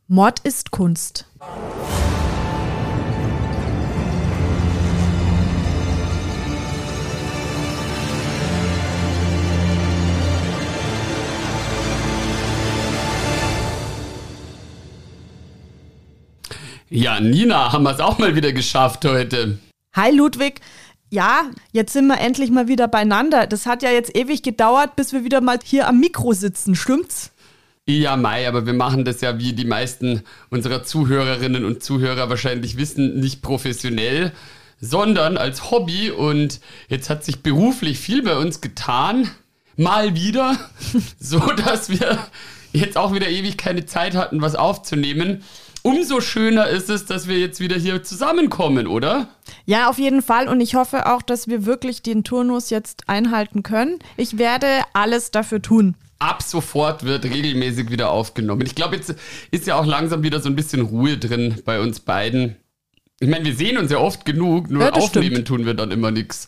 Mord ist Kunst. Ja, Nina, haben wir es auch mal wieder geschafft heute. Hi Ludwig. Ja, jetzt sind wir endlich mal wieder beieinander. Das hat ja jetzt ewig gedauert, bis wir wieder mal hier am Mikro sitzen, stimmt's? Ja, Mai, aber wir machen das ja, wie die meisten unserer Zuhörerinnen und Zuhörer wahrscheinlich wissen, nicht professionell, sondern als Hobby. Und jetzt hat sich beruflich viel bei uns getan, mal wieder, so dass wir jetzt auch wieder ewig keine Zeit hatten, was aufzunehmen. Umso schöner ist es, dass wir jetzt wieder hier zusammenkommen, oder? Ja, auf jeden Fall. Und ich hoffe auch, dass wir wirklich den Turnus jetzt einhalten können. Ich werde alles dafür tun. Ab sofort wird regelmäßig wieder aufgenommen. Ich glaube, jetzt ist ja auch langsam wieder so ein bisschen Ruhe drin bei uns beiden. Ich meine, wir sehen uns ja oft genug, nur ja, aufnehmen stimmt. Tun wir dann immer nichts.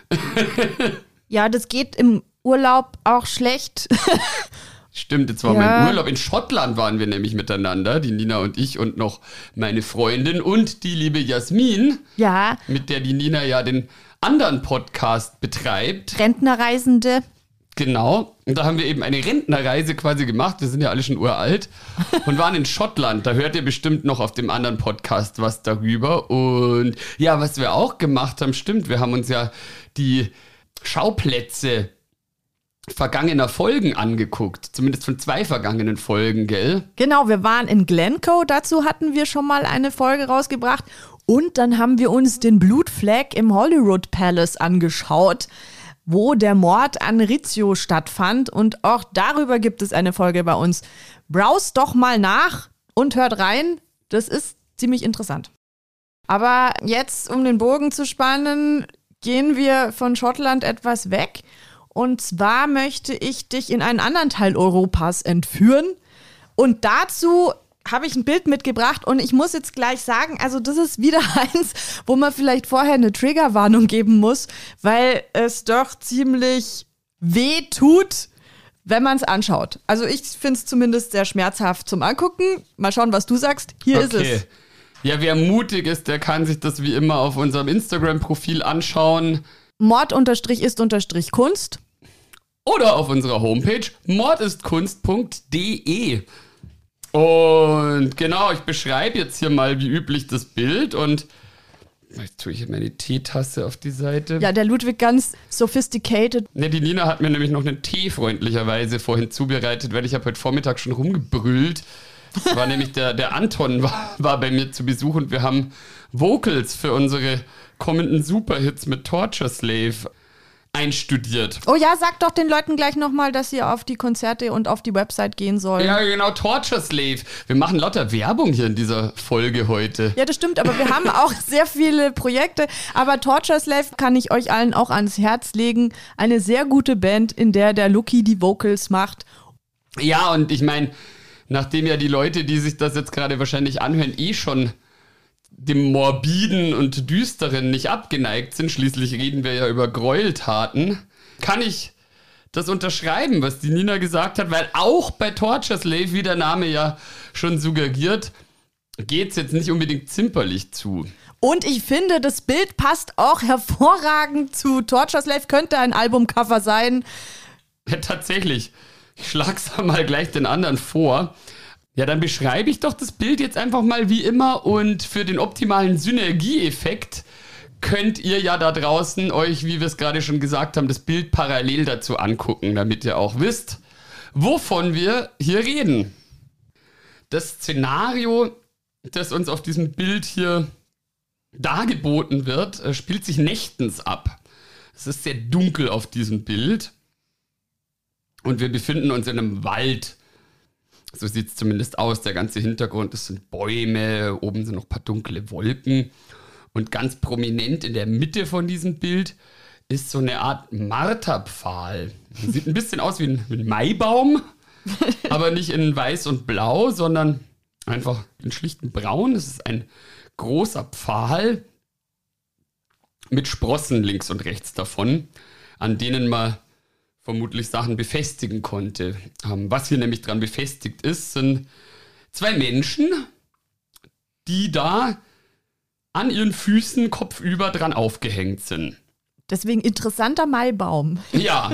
Ja, das geht im Urlaub auch schlecht. Stimmt, jetzt war mein Urlaub. In Schottland waren wir nämlich miteinander, die Nina und ich und noch meine Freundin und die liebe Jasmin, Ja. mit der die Nina ja den anderen Podcast betreibt. Rentnerreisende. Genau, und da haben wir eben eine Rentnerreise quasi gemacht, wir sind ja alle schon uralt und waren in Schottland, da hört ihr bestimmt noch auf dem anderen Podcast was darüber. Und ja, was wir auch gemacht haben, stimmt, wir haben uns ja die Schauplätze vergangener Folgen angeguckt, zumindest von 2 vergangenen Folgen, gell? Genau, wir waren in Glencoe, dazu hatten wir schon mal eine Folge rausgebracht und dann haben wir uns den Blutfleck im Holyrood Palace angeschaut, wo der Mord an Rizzio stattfand und auch darüber gibt es eine Folge bei uns. Browst doch mal nach und hört rein, das ist ziemlich interessant. Aber jetzt, um den Bogen zu spannen, gehen wir von Schottland etwas weg. Und zwar möchte ich dich in einen anderen Teil Europas entführen. Und dazu habe ich ein Bild mitgebracht und ich muss jetzt gleich sagen, also das ist wieder eins, wo man vielleicht vorher eine Triggerwarnung geben muss, weil es doch ziemlich weh tut, wenn man es anschaut. Also ich finde es zumindest sehr schmerzhaft zum Angucken. Mal schauen, was du sagst. Hier ist es. Ja, wer mutig ist, der kann sich das wie immer auf unserem Instagram-Profil anschauen. Mord_ist_Kunst. Oder auf unserer Homepage mordistkunst.de. Und genau, ich beschreibe jetzt hier mal wie üblich das Bild und jetzt tue ich hier meine Teetasse auf die Seite. Ja, der Ludwig ganz sophisticated. Ne, die Nina hat mir nämlich noch einen Tee freundlicherweise vorhin zubereitet, weil ich habe heute Vormittag schon rumgebrüllt. Das war nämlich der Anton war bei mir zu Besuch und wir haben Vocals für unsere kommenden Superhits mit Torture Slave einstudiert. Oh ja, sag doch den Leuten gleich nochmal, dass sie auf die Konzerte und auf die Website gehen sollen. Ja, genau, Torture Slave. Wir machen lauter Werbung hier in dieser Folge heute. Ja, das stimmt, aber wir haben auch sehr viele Projekte. Aber Torture Slave kann ich euch allen auch ans Herz legen. Eine sehr gute Band, in der Lucky die Vocals macht. Ja, und ich meine, nachdem ja die Leute, die sich das jetzt gerade wahrscheinlich anhören, schon dem Morbiden und Düsteren nicht abgeneigt sind, schließlich reden wir ja über Gräueltaten, kann ich das unterschreiben, was die Nina gesagt hat, weil auch bei Torture Slave, wie der Name ja schon suggeriert, geht's jetzt nicht unbedingt zimperlich zu. Und ich finde, das Bild passt auch hervorragend zu Torture Slave, könnte ein Albumcover sein. Ja, tatsächlich. Ich schlag's mal gleich den anderen vor. Ja, dann beschreibe ich doch das Bild jetzt einfach mal wie immer und für den optimalen Synergieeffekt könnt ihr ja da draußen euch, wie wir es gerade schon gesagt haben, das Bild parallel dazu angucken, damit ihr auch wisst, wovon wir hier reden. Das Szenario, das uns auf diesem Bild hier dargeboten wird, spielt sich nächtens ab. Es ist sehr dunkel auf diesem Bild und wir befinden uns in einem Wald. So sieht es zumindest aus. Der ganze Hintergrund, das sind Bäume, oben sind noch ein paar dunkle Wolken. Und ganz prominent in der Mitte von diesem Bild ist so eine Art Marterpfahl. Sieht ein bisschen aus wie ein Maibaum, aber nicht in weiß und blau, sondern einfach in schlichtem Braun. Es ist ein großer Pfahl mit Sprossen links und rechts davon, an denen man vermutlich Sachen befestigen konnte. Was hier nämlich dran befestigt ist, sind 2 Menschen, die da an ihren Füßen kopfüber dran aufgehängt sind. Deswegen interessanter Maibaum. Ja,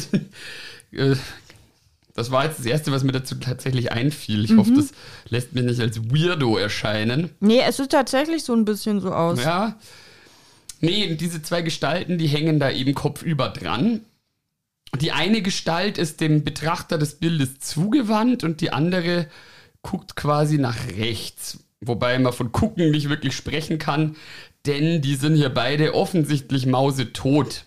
das war jetzt das Erste, was mir dazu tatsächlich einfiel. Ich hoffe, das lässt mich nicht als Weirdo erscheinen. Nee, es sieht tatsächlich so ein bisschen so aus. Ja. Nee, diese 2 Gestalten, die hängen da eben kopfüber dran. Die eine Gestalt ist dem Betrachter des Bildes zugewandt und die andere guckt quasi nach rechts. Wobei man von gucken nicht wirklich sprechen kann, denn die sind hier beide offensichtlich mausetot.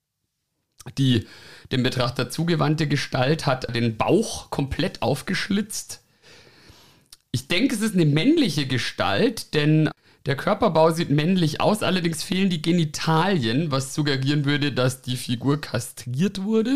Die dem Betrachter zugewandte Gestalt hat den Bauch komplett aufgeschlitzt. Ich denke, es ist eine männliche Gestalt, denn der Körperbau sieht männlich aus, allerdings fehlen die Genitalien, was suggerieren würde, dass die Figur kastriert wurde.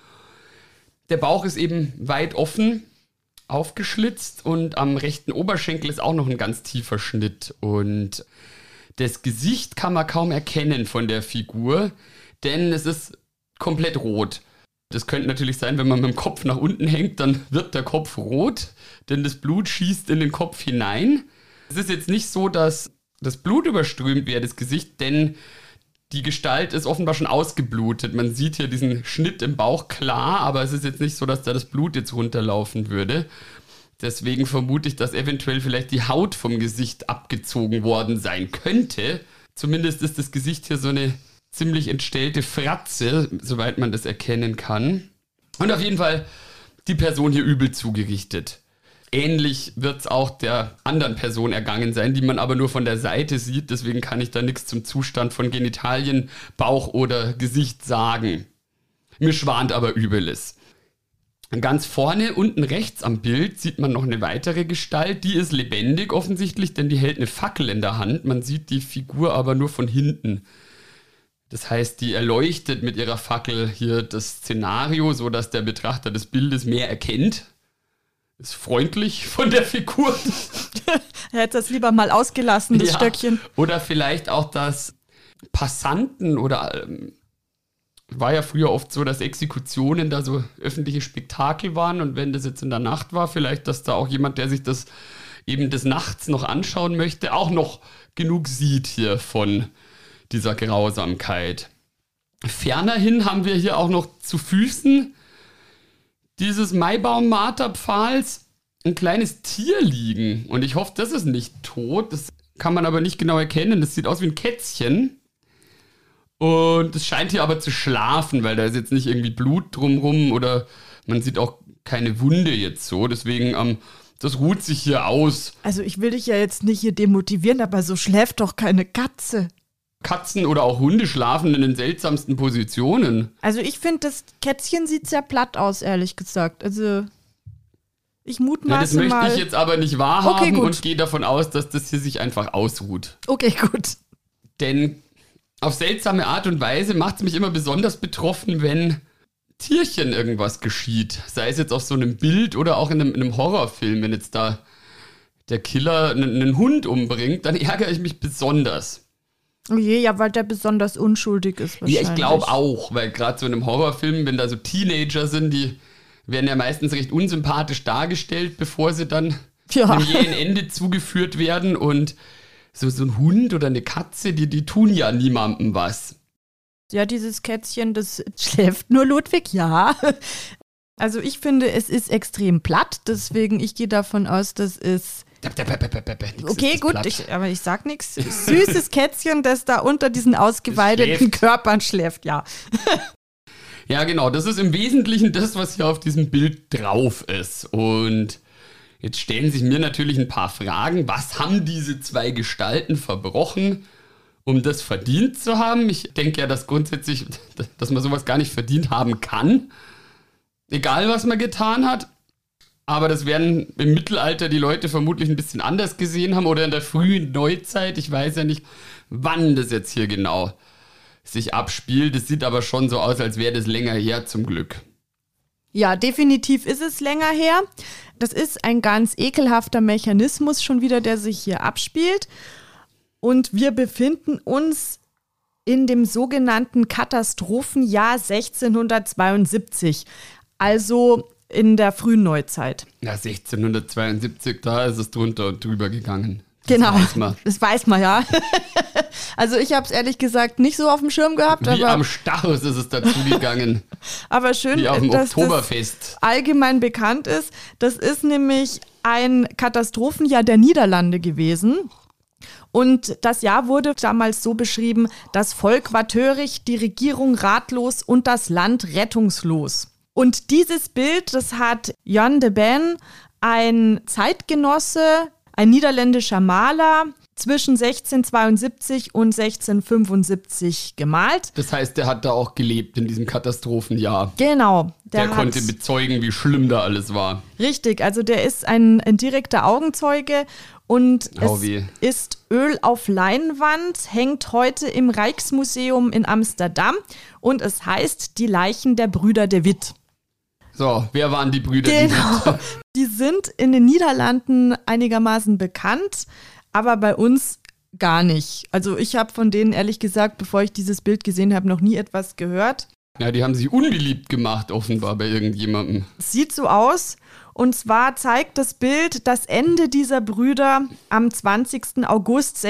Der Bauch ist eben weit offen, aufgeschlitzt und am rechten Oberschenkel ist auch noch ein ganz tiefer Schnitt. Und das Gesicht kann man kaum erkennen von der Figur, denn es ist komplett rot. Das könnte natürlich sein, wenn man mit dem Kopf nach unten hängt, dann wird der Kopf rot, denn das Blut schießt in den Kopf hinein. Es ist jetzt nicht so, dass das Blut überströmt wäre, das Gesicht, denn die Gestalt ist offenbar schon ausgeblutet. Man sieht hier diesen Schnitt im Bauch klar, aber es ist jetzt nicht so, dass da das Blut jetzt runterlaufen würde. Deswegen vermute ich, dass eventuell vielleicht die Haut vom Gesicht abgezogen worden sein könnte. Zumindest ist das Gesicht hier so eine ziemlich entstellte Fratze, soweit man das erkennen kann. Und auf jeden Fall die Person hier übel zugerichtet. Ähnlich wird es auch der anderen Person ergangen sein, die man aber nur von der Seite sieht. Deswegen kann ich da nichts zum Zustand von Genitalien, Bauch oder Gesicht sagen. Mir schwant aber Übeles. Ganz vorne, unten rechts am Bild, sieht man noch eine weitere Gestalt. Die ist lebendig offensichtlich, denn die hält eine Fackel in der Hand. Man sieht die Figur aber nur von hinten. Das heißt, die erleuchtet mit ihrer Fackel hier das Szenario, sodass der Betrachter des Bildes mehr erkennt. Ist freundlich von der Figur. Er hätte das lieber mal ausgelassen, das Stöckchen. Oder vielleicht auch, dass Passanten oder war ja früher oft so, dass Exekutionen da so öffentliche Spektakel waren und wenn das jetzt in der Nacht war, vielleicht, dass da auch jemand, der sich das eben des Nachts noch anschauen möchte, auch noch genug sieht hier von dieser Grausamkeit. Fernerhin haben wir hier auch noch zu Füßen dieses Maibaum-Marterpfahls ein kleines Tier liegen. Und ich hoffe, das ist nicht tot. Das kann man aber nicht genau erkennen. Das sieht aus wie ein Kätzchen. Und es scheint hier aber zu schlafen, weil da ist jetzt nicht irgendwie Blut drumrum oder man sieht auch keine Wunde jetzt so. Deswegen, das ruht sich hier aus. Also ich will dich ja jetzt nicht hier demotivieren, aber so schläft doch keine Katze. Katzen oder auch Hunde schlafen in den seltsamsten Positionen. Also ich finde, das Kätzchen sieht sehr platt aus, ehrlich gesagt. Also ich mutmaße mal. Das möchte ich jetzt aber nicht wahrhaben und gehe davon aus, dass das hier sich einfach ausruht. Okay, gut. Denn auf seltsame Art und Weise macht es mich immer besonders betroffen, wenn Tierchen irgendwas geschieht. Sei es jetzt auf so einem Bild oder auch in einem Horrorfilm. Wenn jetzt da der Killer einen Hund umbringt, dann ärgere ich mich besonders. Oh je, ja, weil der besonders unschuldig ist wahrscheinlich. Ja, ich glaube auch, weil gerade so in einem Horrorfilm, wenn da so Teenager sind, die werden ja meistens recht unsympathisch dargestellt, bevor sie dann einem jähen Ende zugeführt werden. Und so ein Hund oder eine Katze, die tun ja niemandem was. Ja, dieses Kätzchen, das schläft nur Ludwig, ja. Also ich finde, es ist extrem platt, deswegen ich gehe davon aus, dass es... Okay, gut, aber ich sag nichts. Süßes Kätzchen, das da unter diesen ausgeweideten Körpern schläft, ja. Ja, genau, das ist im Wesentlichen das, was hier auf diesem Bild drauf ist. Und jetzt stellen sich mir natürlich ein paar Fragen. Was haben diese 2 Gestalten verbrochen, um das verdient zu haben? Ich denke ja, dass grundsätzlich, dass man sowas gar nicht verdient haben kann. Egal, was man getan hat. Aber das werden im Mittelalter die Leute vermutlich ein bisschen anders gesehen haben oder in der frühen Neuzeit. Ich weiß ja nicht, wann das jetzt hier genau sich abspielt. Es sieht aber schon so aus, als wäre das länger her, zum Glück. Ja, definitiv ist es länger her. Das ist ein ganz ekelhafter Mechanismus schon wieder, der sich hier abspielt. Und wir befinden uns in dem sogenannten Katastrophenjahr 1672. Also in der frühen Neuzeit. Ja, 1672, da ist es drunter und drüber gegangen. Genau, das weiß man ja. Also ich habe es ehrlich gesagt nicht so auf dem Schirm gehabt. Wie am Stachus ist es dazu gegangen. Aber schön, wie auf dem dass Oktoberfest. das allgemein bekannt ist. Das ist nämlich ein Katastrophenjahr der Niederlande gewesen. Und das Jahr wurde damals so beschrieben: Das Volk war töricht, die Regierung ratlos und das Land rettungslos. Und dieses Bild, das hat Jan de Ben, ein Zeitgenosse, ein niederländischer Maler, zwischen 1672 und 1675 gemalt. Das heißt, der hat da auch gelebt in diesem Katastrophenjahr. Genau. Der konnte bezeugen, wie schlimm da alles war. Richtig, also der ist ein direkter Augenzeuge und es ist Öl auf Leinwand, hängt heute im Rijksmuseum in Amsterdam und es heißt Die Leichen der Brüder de Wit. So, wer waren die Brüder de Wit? Die sind in den Niederlanden einigermaßen bekannt, aber bei uns gar nicht. Also ich habe von denen ehrlich gesagt, bevor ich dieses Bild gesehen habe, noch nie etwas gehört. Ja, die haben sie unbeliebt gemacht, offenbar bei irgendjemandem. Sieht so aus. Und zwar zeigt das Bild das Ende dieser Brüder am 20. August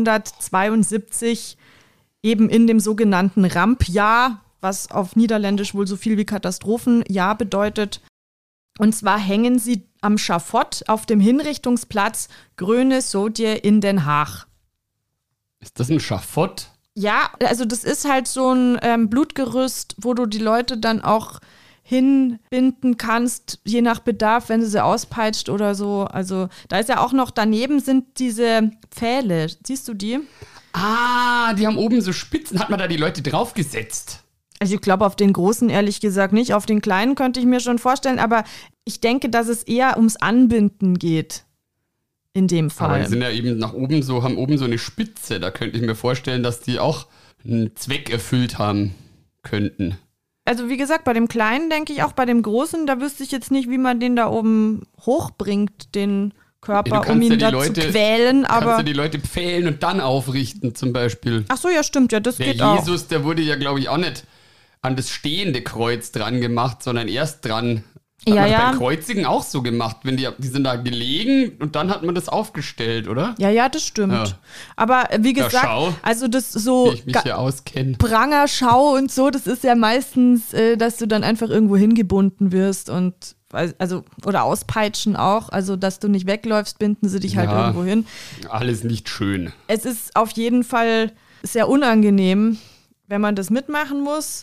1672, eben in dem sogenannten Rampjahr, was auf Niederländisch wohl so viel wie Katastrophenjahr bedeutet. Und zwar hängen sie am Schafott auf dem Hinrichtungsplatz Gröne Sodje in Den Haag. Ist das ein Schafott? Ja, also das ist halt so ein Blutgerüst, wo du die Leute dann auch hinbinden kannst, je nach Bedarf, wenn du sie auspeitscht oder so. Also da ist ja auch noch, daneben sind diese Pfähle. Siehst du die? Ah, die haben oben so Spitzen. Hat man da die Leute draufgesetzt? Also ich glaube, auf den großen ehrlich gesagt nicht. Auf den kleinen könnte ich mir schon vorstellen, aber ich denke, dass es eher ums Anbinden geht. In dem Fall. Aber die sind ja eben nach oben so, haben oben so eine Spitze. Da könnte ich mir vorstellen, dass die auch einen Zweck erfüllt haben könnten. Also wie gesagt, bei dem Kleinen denke ich auch, bei dem Großen, da wüsste ich jetzt nicht, wie man den da oben hochbringt, den Körper, um ihn da zu quälen. Aber kannst du die Leute pfählen und dann aufrichten zum Beispiel. Ach so, ja stimmt, ja, das geht auch. Der Jesus, der wurde ja, glaube ich, auch nicht an das stehende Kreuz dran gemacht, sondern erst dran. Hat man das beim Kreuzigen auch so gemacht. Wenn die sind da gelegen und dann hat man das aufgestellt, oder? Ja, das stimmt. Ja. Aber wie gesagt, also das so wie ich mich hier auskenne. Prangerschau und so, das ist ja meistens, dass du dann einfach irgendwo hingebunden wirst und also oder auspeitschen auch, also dass du nicht wegläufst, binden sie dich halt irgendwo hin. Alles nicht schön. Es ist auf jeden Fall sehr unangenehm, wenn man das mitmachen muss.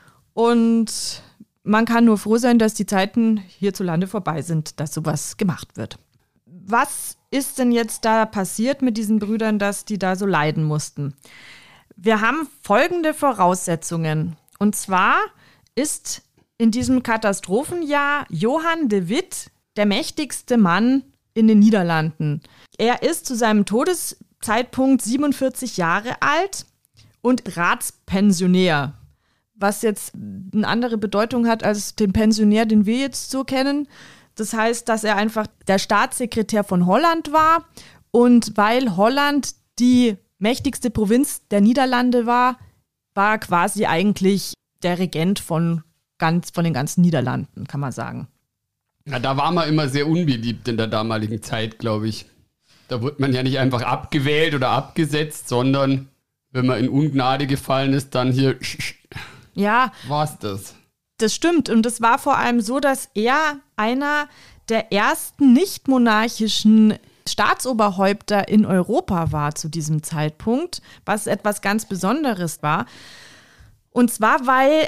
Und man kann nur froh sein, dass die Zeiten hierzulande vorbei sind, dass sowas gemacht wird. Was ist denn jetzt da passiert mit diesen Brüdern, dass die da so leiden mussten? Wir haben folgende Voraussetzungen. Und zwar ist in diesem Katastrophenjahr Johan de Wit der mächtigste Mann in den Niederlanden. Er ist zu seinem Todeszeitpunkt 47 Jahre alt und Ratspensionär. Was jetzt eine andere Bedeutung hat als den Pensionär, den wir jetzt so kennen. Das heißt, dass er einfach der Staatssekretär von Holland war. Und weil Holland die mächtigste Provinz der Niederlande war, war er quasi eigentlich der Regent von den ganzen Niederlanden, kann man sagen. Ja, da war man immer sehr unbeliebt in der damaligen Zeit, glaube ich. Da wurde man ja nicht einfach abgewählt oder abgesetzt, sondern wenn man in Ungnade gefallen ist, dann hier... Ja, war's das? Das stimmt. Und es war vor allem so, dass er einer der ersten nicht-monarchischen Staatsoberhäupter in Europa war zu diesem Zeitpunkt, was etwas ganz Besonderes war. Und zwar, weil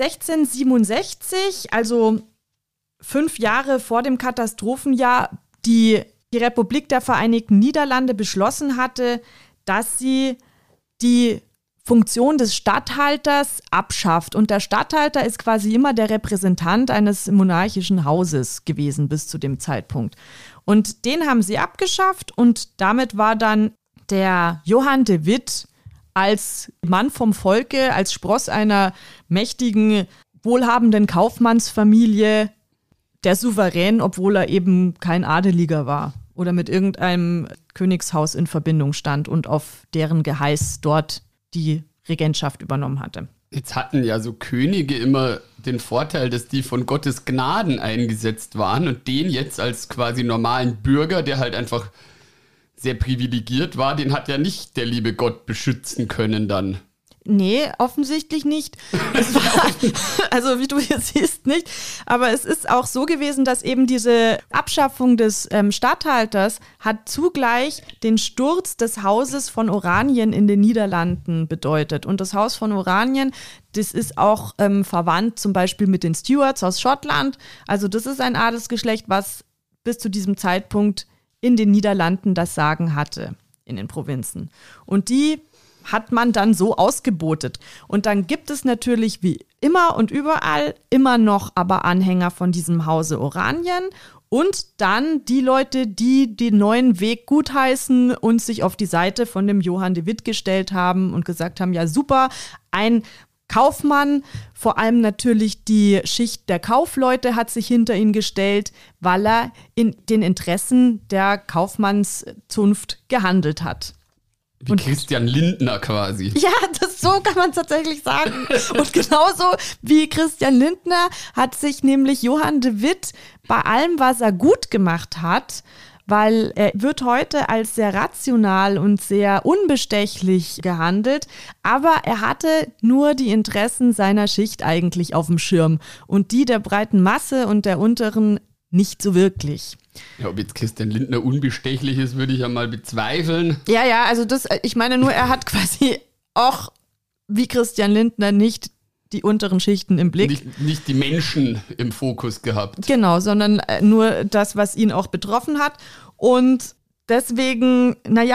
1667, also 5 Jahre vor dem Katastrophenjahr, die Republik der Vereinigten Niederlande beschlossen hatte, dass sie die Funktion des Statthalters abschafft. Und der Statthalter ist quasi immer der Repräsentant eines monarchischen Hauses gewesen bis zu dem Zeitpunkt. Und den haben sie abgeschafft und damit war dann der Johan de Wit als Mann vom Volke, als Spross einer mächtigen, wohlhabenden Kaufmannsfamilie der Souverän, obwohl er eben kein Adeliger war oder mit irgendeinem Königshaus in Verbindung stand und auf deren Geheiß dort die Regentschaft übernommen hatte. Jetzt hatten ja so Könige immer den Vorteil, dass die von Gottes Gnaden eingesetzt waren und den jetzt als quasi normalen Bürger, der halt einfach sehr privilegiert war, den hat ja nicht der liebe Gott beschützen können dann. Nee, offensichtlich nicht. Es war, also wie du hier siehst, nicht. Aber es ist auch so gewesen, dass eben diese Abschaffung des Statthalters hat zugleich den Sturz des Hauses von Oranien in den Niederlanden bedeutet. Und das Haus von Oranien, das ist auch verwandt zum Beispiel mit den Stuarts aus Schottland. Also das ist ein Adelsgeschlecht, was bis zu diesem Zeitpunkt in den Niederlanden das Sagen hatte, in den Provinzen. Und die hat man dann so ausgebotet. Und dann gibt es natürlich wie immer und überall immer noch aber Anhänger von diesem Hause Oranien und dann die Leute, die den neuen Weg gutheißen und sich auf die Seite von dem Johann de Witt gestellt haben und gesagt haben, ja super, ein Kaufmann, vor allem natürlich die Schicht der Kaufleute hat sich hinter ihn gestellt, weil er in den Interessen der Kaufmannszunft gehandelt hat. Wie Christian Lindner quasi. Ja, so kann man es tatsächlich sagen. Und genauso wie Christian Lindner hat sich nämlich Johann de Witt bei allem, was er gut gemacht hat, weil er wird heute als sehr rational und sehr unbestechlich gehandelt, aber er hatte nur die Interessen seiner Schicht eigentlich auf dem Schirm und die der breiten Masse und der unteren nicht so wirklich. Ja, ob jetzt Christian Lindner unbestechlich ist, würde ich ja mal bezweifeln. Ja, also ich meine nur, er hat quasi auch wie Christian Lindner nicht die unteren Schichten im Blick. Nicht die Menschen im Fokus gehabt. Genau, sondern nur das, was ihn auch betroffen hat. Und deswegen,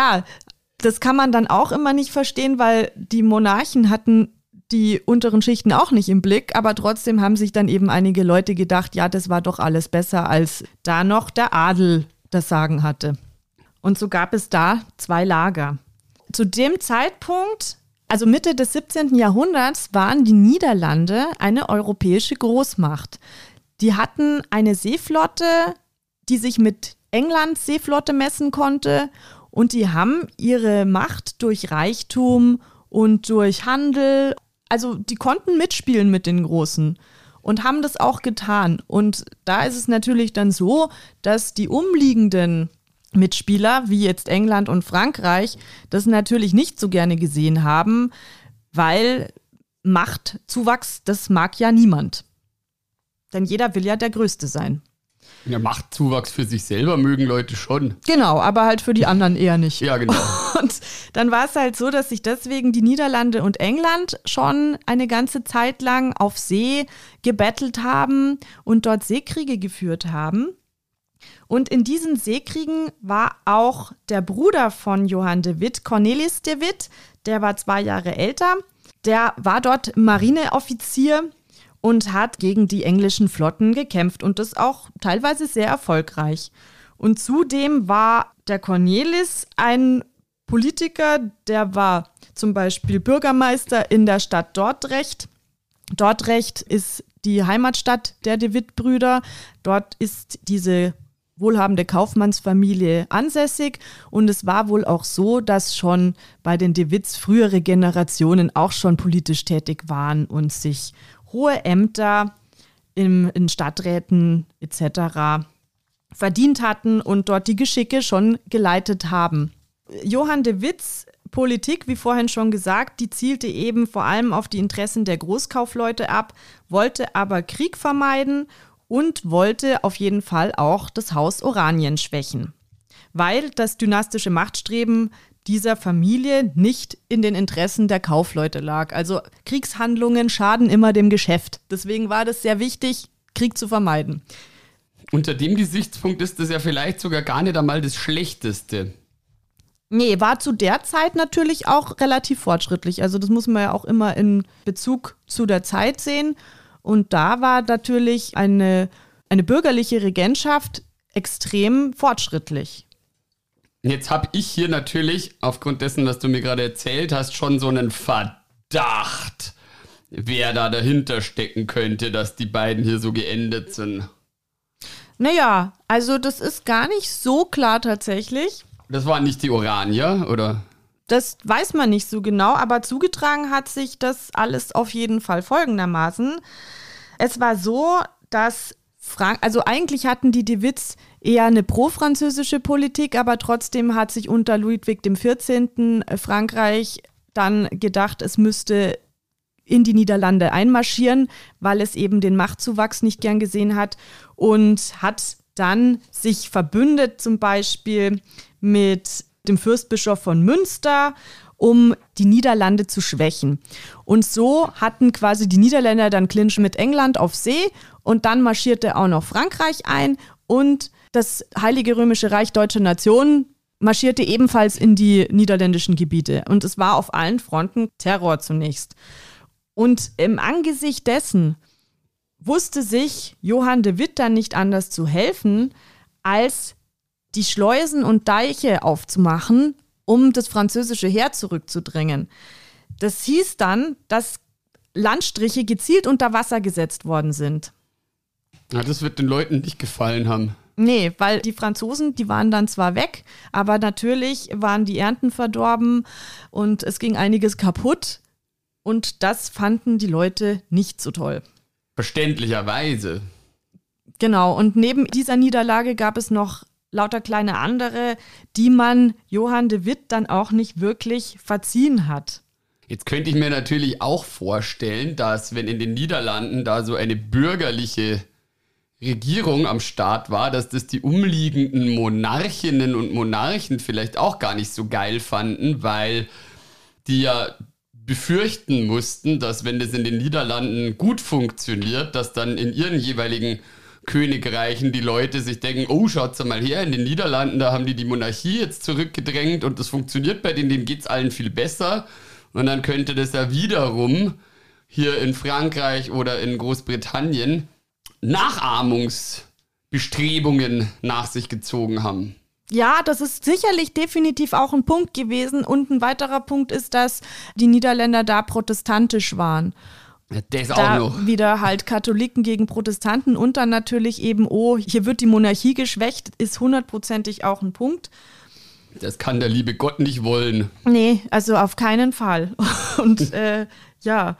das kann man dann auch immer nicht verstehen, weil die Monarchen hatten die unteren Schichten auch nicht im Blick, aber trotzdem haben sich dann eben einige Leute gedacht, ja, das war doch alles besser, als da noch der Adel das Sagen hatte. Und so gab es da zwei Lager. Zu dem Zeitpunkt, also Mitte des 17. Jahrhunderts, waren die Niederlande eine europäische Großmacht. Die hatten eine Seeflotte, die sich mit Englands Seeflotte messen konnte und die haben ihre Macht durch Reichtum und durch Handel, also die konnten mitspielen mit den Großen und haben das auch getan. Und da ist es natürlich dann so, dass die umliegenden Mitspieler, wie jetzt England und Frankreich, das natürlich nicht so gerne gesehen haben, weil Machtzuwachs, das mag ja niemand. Denn jeder will ja der Größte sein. Ja, Machtzuwachs für sich selber mögen Leute schon. Genau, aber halt für die anderen eher nicht. Ja, genau. Und dann war es halt so, dass sich deswegen die Niederlande und England schon eine ganze Zeit lang auf See gebettelt haben und dort Seekriege geführt haben. Und in diesen Seekriegen war auch der Bruder von Johann de Witt, Cornelis de Witt, der war 2 Jahre älter. Der war dort Marineoffizier und hat gegen die englischen Flotten gekämpft und das auch teilweise sehr erfolgreich. Und zudem war der Cornelis ein Politiker, der war zum Beispiel Bürgermeister in der Stadt Dordrecht. Dordrecht ist die Heimatstadt der de Witt-Brüder. Dort ist diese wohlhabende Kaufmannsfamilie ansässig und es war wohl auch so, dass schon bei den de Witts frühere Generationen auch schon politisch tätig waren und sich hohe Ämter in Stadträten etc. verdient hatten und dort die Geschicke schon geleitet haben. Johann de Witts Politik, wie vorhin schon gesagt, die zielte eben vor allem auf die Interessen der Großkaufleute ab, wollte aber Krieg vermeiden und wollte auf jeden Fall auch das Haus Oranien schwächen, weil das dynastische Machtstreben dieser Familie nicht in den Interessen der Kaufleute lag. Also Kriegshandlungen schaden immer dem Geschäft. Deswegen war das sehr wichtig, Krieg zu vermeiden. Unter dem Gesichtspunkt ist das ja vielleicht sogar gar nicht einmal das Schlechteste. Nee, war zu der Zeit natürlich auch relativ fortschrittlich. Also das muss man ja auch immer in Bezug zu der Zeit sehen. Und da war natürlich eine bürgerliche Regentschaft extrem fortschrittlich. Jetzt habe ich hier natürlich, aufgrund dessen, was du mir gerade erzählt hast, schon so einen Verdacht, wer da dahinter stecken könnte, dass die beiden hier so geendet sind. Naja, also das ist gar nicht so klar tatsächlich. Das waren nicht die Oranier, oder? Das weiß man nicht so genau, aber zugetragen hat sich das alles auf jeden Fall folgendermaßen. Es war so, dass also eigentlich hatten die De Witts eher eine pro-französische Politik, aber trotzdem hat sich unter Ludwig XIV. Frankreich dann gedacht, es müsste in die Niederlande einmarschieren, weil es eben den Machtzuwachs nicht gern gesehen hat und hat dann sich verbündet, zum Beispiel mit dem Fürstbischof von Münster, um die Niederlande zu schwächen. Und so hatten quasi die Niederländer dann Clinch mit England auf See und dann marschierte auch noch Frankreich ein und das Heilige Römische Reich Deutscher Nation marschierte ebenfalls in die niederländischen Gebiete. Und es war auf allen Fronten Terror zunächst. Und im Angesicht dessen wusste sich Johann de Witt dann nicht anders zu helfen, als die Schleusen und Deiche aufzumachen, um das französische Heer zurückzudrängen. Das hieß dann, dass Landstriche gezielt unter Wasser gesetzt worden sind. Ja, das wird den Leuten nicht gefallen haben. Nee, weil die Franzosen, die waren dann zwar weg, aber natürlich waren die Ernten verdorben und es ging einiges kaputt und das fanden die Leute nicht so toll. Verständlicherweise. Genau, und neben dieser Niederlage gab es noch lauter kleine andere, die man Johann de Witt dann auch nicht wirklich verziehen hat. Jetzt könnte ich mir natürlich auch vorstellen, dass wenn in den Niederlanden da so eine bürgerliche Regierung am Start war, dass das die umliegenden Monarchinnen und Monarchen vielleicht auch gar nicht so geil fanden, weil die ja befürchten mussten, dass wenn das in den Niederlanden gut funktioniert, dass dann in ihren jeweiligen Königreichen die Leute sich denken, oh, schaut's mal her, in den Niederlanden, da haben die Monarchie jetzt zurückgedrängt und das funktioniert bei denen geht's allen viel besser. Und dann könnte das ja wiederum hier in Frankreich oder in Großbritannien Nachahmungsbestrebungen nach sich gezogen haben. Ja, das ist sicherlich definitiv auch ein Punkt gewesen. Und ein weiterer Punkt ist, dass die Niederländer da protestantisch waren. Das da auch noch. Wieder halt Katholiken gegen Protestanten und dann natürlich eben, oh, hier wird die Monarchie geschwächt, ist hundertprozentig auch ein Punkt. Das kann der liebe Gott nicht wollen. Nee, also auf keinen Fall. Und ja,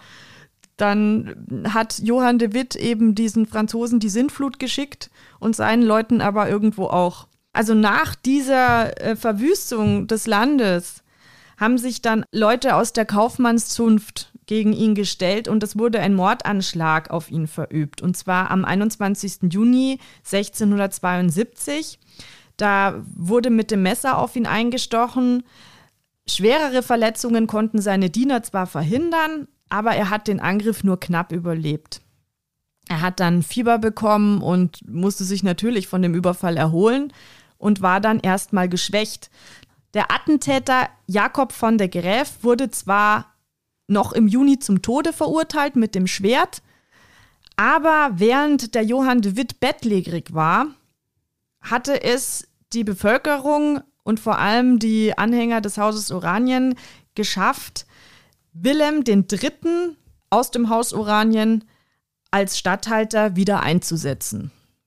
dann hat Johann de Witt eben diesen Franzosen die Sintflut geschickt und seinen Leuten aber irgendwo auch. Also nach dieser Verwüstung des Landes haben sich dann Leute aus der Kaufmannszunft gegen ihn gestellt und es wurde ein Mordanschlag auf ihn verübt. Und zwar am 21. Juni 1672. Da wurde mit dem Messer auf ihn eingestochen. Schwerere Verletzungen konnten seine Diener zwar verhindern, aber er hat den Angriff nur knapp überlebt. Er hat dann Fieber bekommen und musste sich natürlich von dem Überfall erholen und war dann erstmal geschwächt. Der Attentäter Jacob von der Graef wurde zwar noch im Juni zum Tode verurteilt mit dem Schwert, aber während der Johann de Witt bettlägerig war, hatte es die Bevölkerung und vor allem die Anhänger des Hauses Oranien geschafft, Wilhelm III. Aus dem Haus Oranien als Statthalter wieder einzusetzen.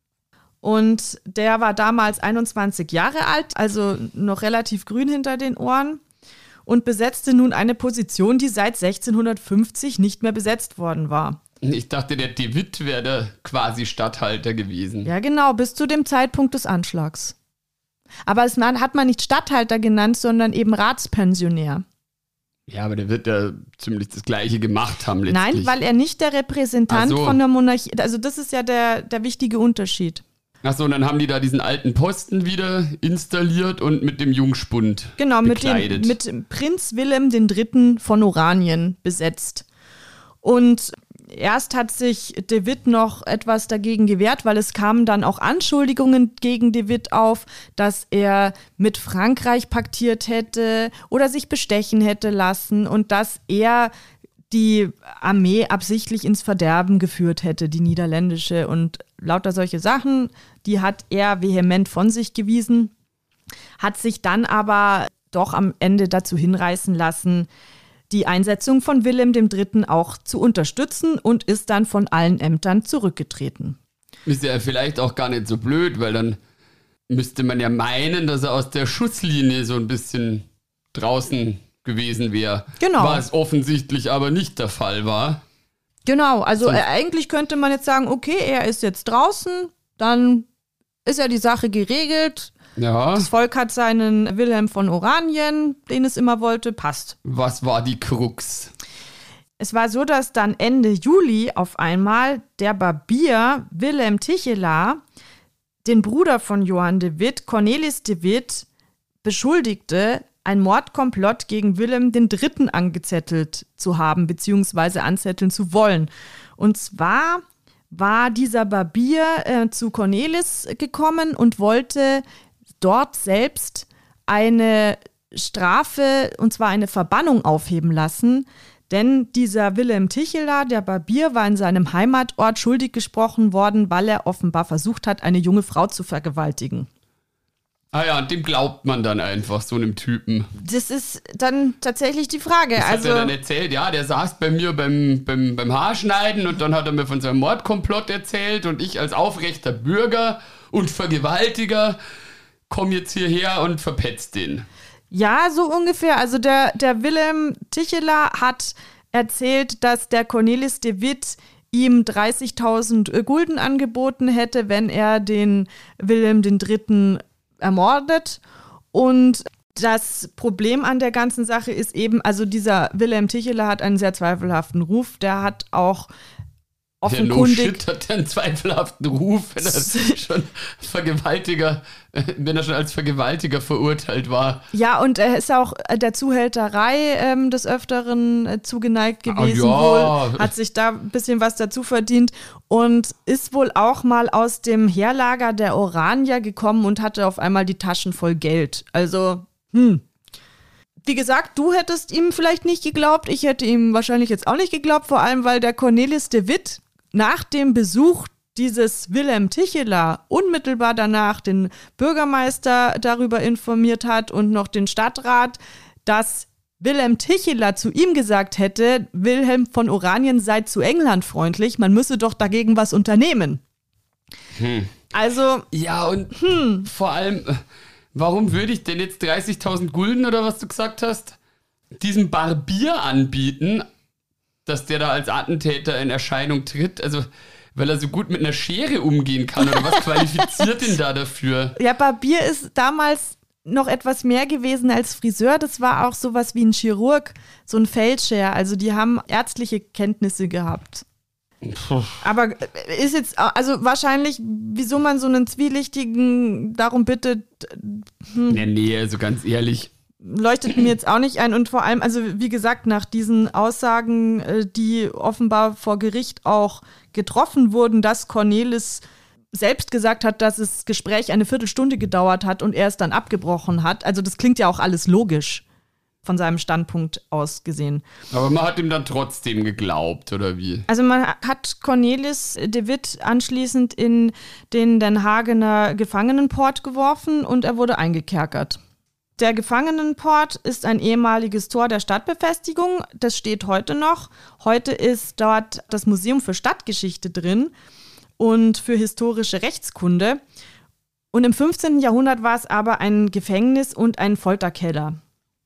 Und der war damals 21 Jahre alt, also noch relativ grün hinter den Ohren und besetzte nun eine Position, die seit 1650 nicht mehr besetzt worden war. Ich dachte, der de Witt wäre der quasi Statthalter gewesen. Ja, genau, bis zu dem Zeitpunkt des Anschlags. Aber es hat man nicht Statthalter genannt, sondern eben Ratspensionär. Ja, aber der wird ja ziemlich das Gleiche gemacht haben letztlich. Nein, weil er nicht der Repräsentant von der Monarchie, also das ist ja der wichtige Unterschied. Achso, und dann haben die da diesen alten Posten wieder installiert und mit dem Jungspund bekleidet. Mit dem Prinz Wilhelm III. Von Oranien besetzt. Und erst hat sich de Witt noch etwas dagegen gewehrt, weil es kamen dann auch Anschuldigungen gegen de Witt auf, dass er mit Frankreich paktiert hätte oder sich bestechen hätte lassen und dass er die Armee absichtlich ins Verderben geführt hätte, die niederländische. Und lauter solche Sachen, die hat er vehement von sich gewiesen, hat sich dann aber doch am Ende dazu hinreißen lassen, die Einsetzung von Wilhelm III. Auch zu unterstützen und ist dann von allen Ämtern zurückgetreten. Ist ja vielleicht auch gar nicht so blöd, weil dann müsste man ja meinen, dass er aus der Schusslinie so ein bisschen draußen gewesen wäre. Genau. Was offensichtlich aber nicht der Fall war. Genau, also eigentlich könnte man jetzt sagen, okay, er ist jetzt draußen, dann ist ja die Sache geregelt. Ja. Das Volk hat seinen Wilhelm von Oranien, den es immer wollte, passt. Was war die Krux? Es war so, dass dann Ende Juli auf einmal der Barbier Wilhelm Tichelor den Bruder von Johann de Witt, Cornelis de Witt, beschuldigte, ein Mordkomplott gegen Wilhelm III. Angezettelt zu haben, beziehungsweise anzetteln zu wollen. Und zwar war dieser Barbier zu Cornelis gekommen und wollte dort selbst eine Strafe, und zwar eine Verbannung, aufheben lassen. Denn dieser Wilhelm Tichelor, der Barbier, war in seinem Heimatort schuldig gesprochen worden, weil er offenbar versucht hat, eine junge Frau zu vergewaltigen. Ah ja, und dem glaubt man dann einfach, so einem Typen. Das ist dann tatsächlich die Frage. Das hat er dann erzählt, ja, der saß bei mir beim Haarschneiden und dann hat er mir von seinem Mordkomplott erzählt und ich als aufrechter Bürger und Vergewaltiger komme jetzt hierher und verpetzt den. Ja, so ungefähr. Also der Wilhelm Tichelor hat erzählt, dass der Cornelis de Witt ihm 30.000 Gulden angeboten hätte, wenn er den Wilhelm III. Ermordet. Und das Problem an der ganzen Sache ist eben, also dieser Wilhelm Tichelor hat einen sehr zweifelhaften Ruf. Der hat auch offenkundig... Der No-Shit hat einen zweifelhaften Ruf, wenn er schon als Vergewaltiger verurteilt war. Ja, und er ist auch der Zuhälterei des Öfteren zugeneigt gewesen. Wohl, hat sich da ein bisschen was dazu verdient und ist wohl auch mal aus dem Heerlager der Oranier gekommen und hatte auf einmal die Taschen voll Geld. Also, Wie gesagt, du hättest ihm vielleicht nicht geglaubt, ich hätte ihm wahrscheinlich jetzt auch nicht geglaubt, vor allem, weil der Cornelis de Witt nach dem Besuch dieses Wilhelm Tichelor unmittelbar danach den Bürgermeister darüber informiert hat und noch den Stadtrat, dass Wilhelm Tichelor zu ihm gesagt hätte, Wilhelm von Oranien sei zu England freundlich, man müsse doch dagegen was unternehmen. Also... Ja, und vor allem, warum würde ich denn jetzt 30.000 Gulden oder was du gesagt hast, diesem Barbier anbieten, dass der da als Attentäter in Erscheinung tritt? Also, weil er so gut mit einer Schere umgehen kann oder was qualifiziert ihn da dafür? Ja, Barbier ist damals noch etwas mehr gewesen als Friseur. Das war auch sowas wie ein Chirurg, so ein Feldscher. Also die haben ärztliche Kenntnisse gehabt. Aber ist jetzt, also wahrscheinlich, wieso man so einen Zwielichtigen darum bittet. Nee, also ganz ehrlich. Leuchtet mir jetzt auch nicht ein und vor allem, also wie gesagt, nach diesen Aussagen, die offenbar vor Gericht auch getroffen wurden, dass Cornelis selbst gesagt hat, dass das Gespräch eine Viertelstunde gedauert hat und er es dann abgebrochen hat. Also das klingt ja auch alles logisch von seinem Standpunkt aus gesehen. Aber man hat ihm dann trotzdem geglaubt, oder wie? Also man hat Cornelis de Witt anschließend in den Den Hagener Gefangenenport geworfen und er wurde eingekerkert. Der Gefangenenport ist ein ehemaliges Tor der Stadtbefestigung. Das steht heute noch. Heute ist dort das Museum für Stadtgeschichte drin und für historische Rechtskunde. Und im 15. Jahrhundert war es aber ein Gefängnis und ein Folterkeller.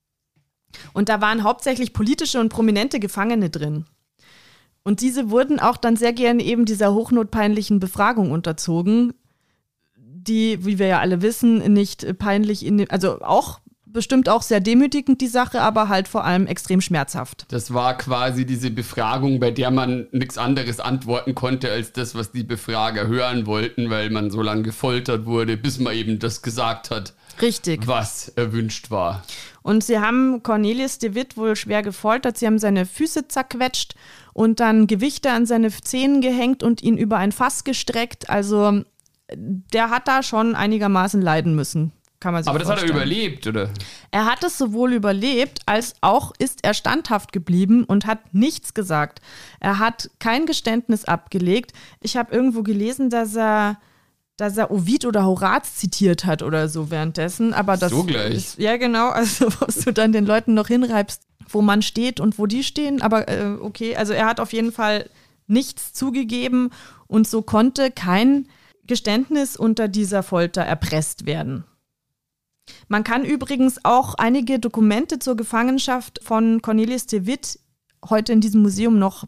Und da waren hauptsächlich politische und prominente Gefangene drin. Und diese wurden auch dann sehr gerne eben dieser hochnotpeinlichen Befragung unterzogen, die, wie wir ja alle wissen, nicht peinlich, also auch bestimmt auch sehr demütigend die Sache, aber halt vor allem extrem schmerzhaft. Das war quasi diese Befragung, bei der man nichts anderes antworten konnte als das, was die Befrager hören wollten, weil man so lange gefoltert wurde, bis man eben das gesagt hat, richtig, was erwünscht war. Und sie haben Cornelis de Witt wohl schwer gefoltert, sie haben seine Füße zerquetscht und dann Gewichte an seine Zehen gehängt und ihn über ein Fass gestreckt, also der hat da schon einigermaßen leiden müssen, kann man sich vorstellen. Aber das hat er überlebt, oder? Er hat es sowohl überlebt, als auch ist er standhaft geblieben und hat nichts gesagt. Er hat kein Geständnis abgelegt. Ich habe irgendwo gelesen, dass er Ovid oder Horaz zitiert hat oder so währenddessen. Aber das so gleich. Ist, ja, genau, also was du dann den Leuten noch hinreibst, wo man steht und wo die stehen. Aber okay, also er hat auf jeden Fall nichts zugegeben und so konnte kein Geständnis unter dieser Folter erpresst werden. Man kann übrigens auch einige Dokumente zur Gefangenschaft von Cornelis de Witt heute in diesem Museum noch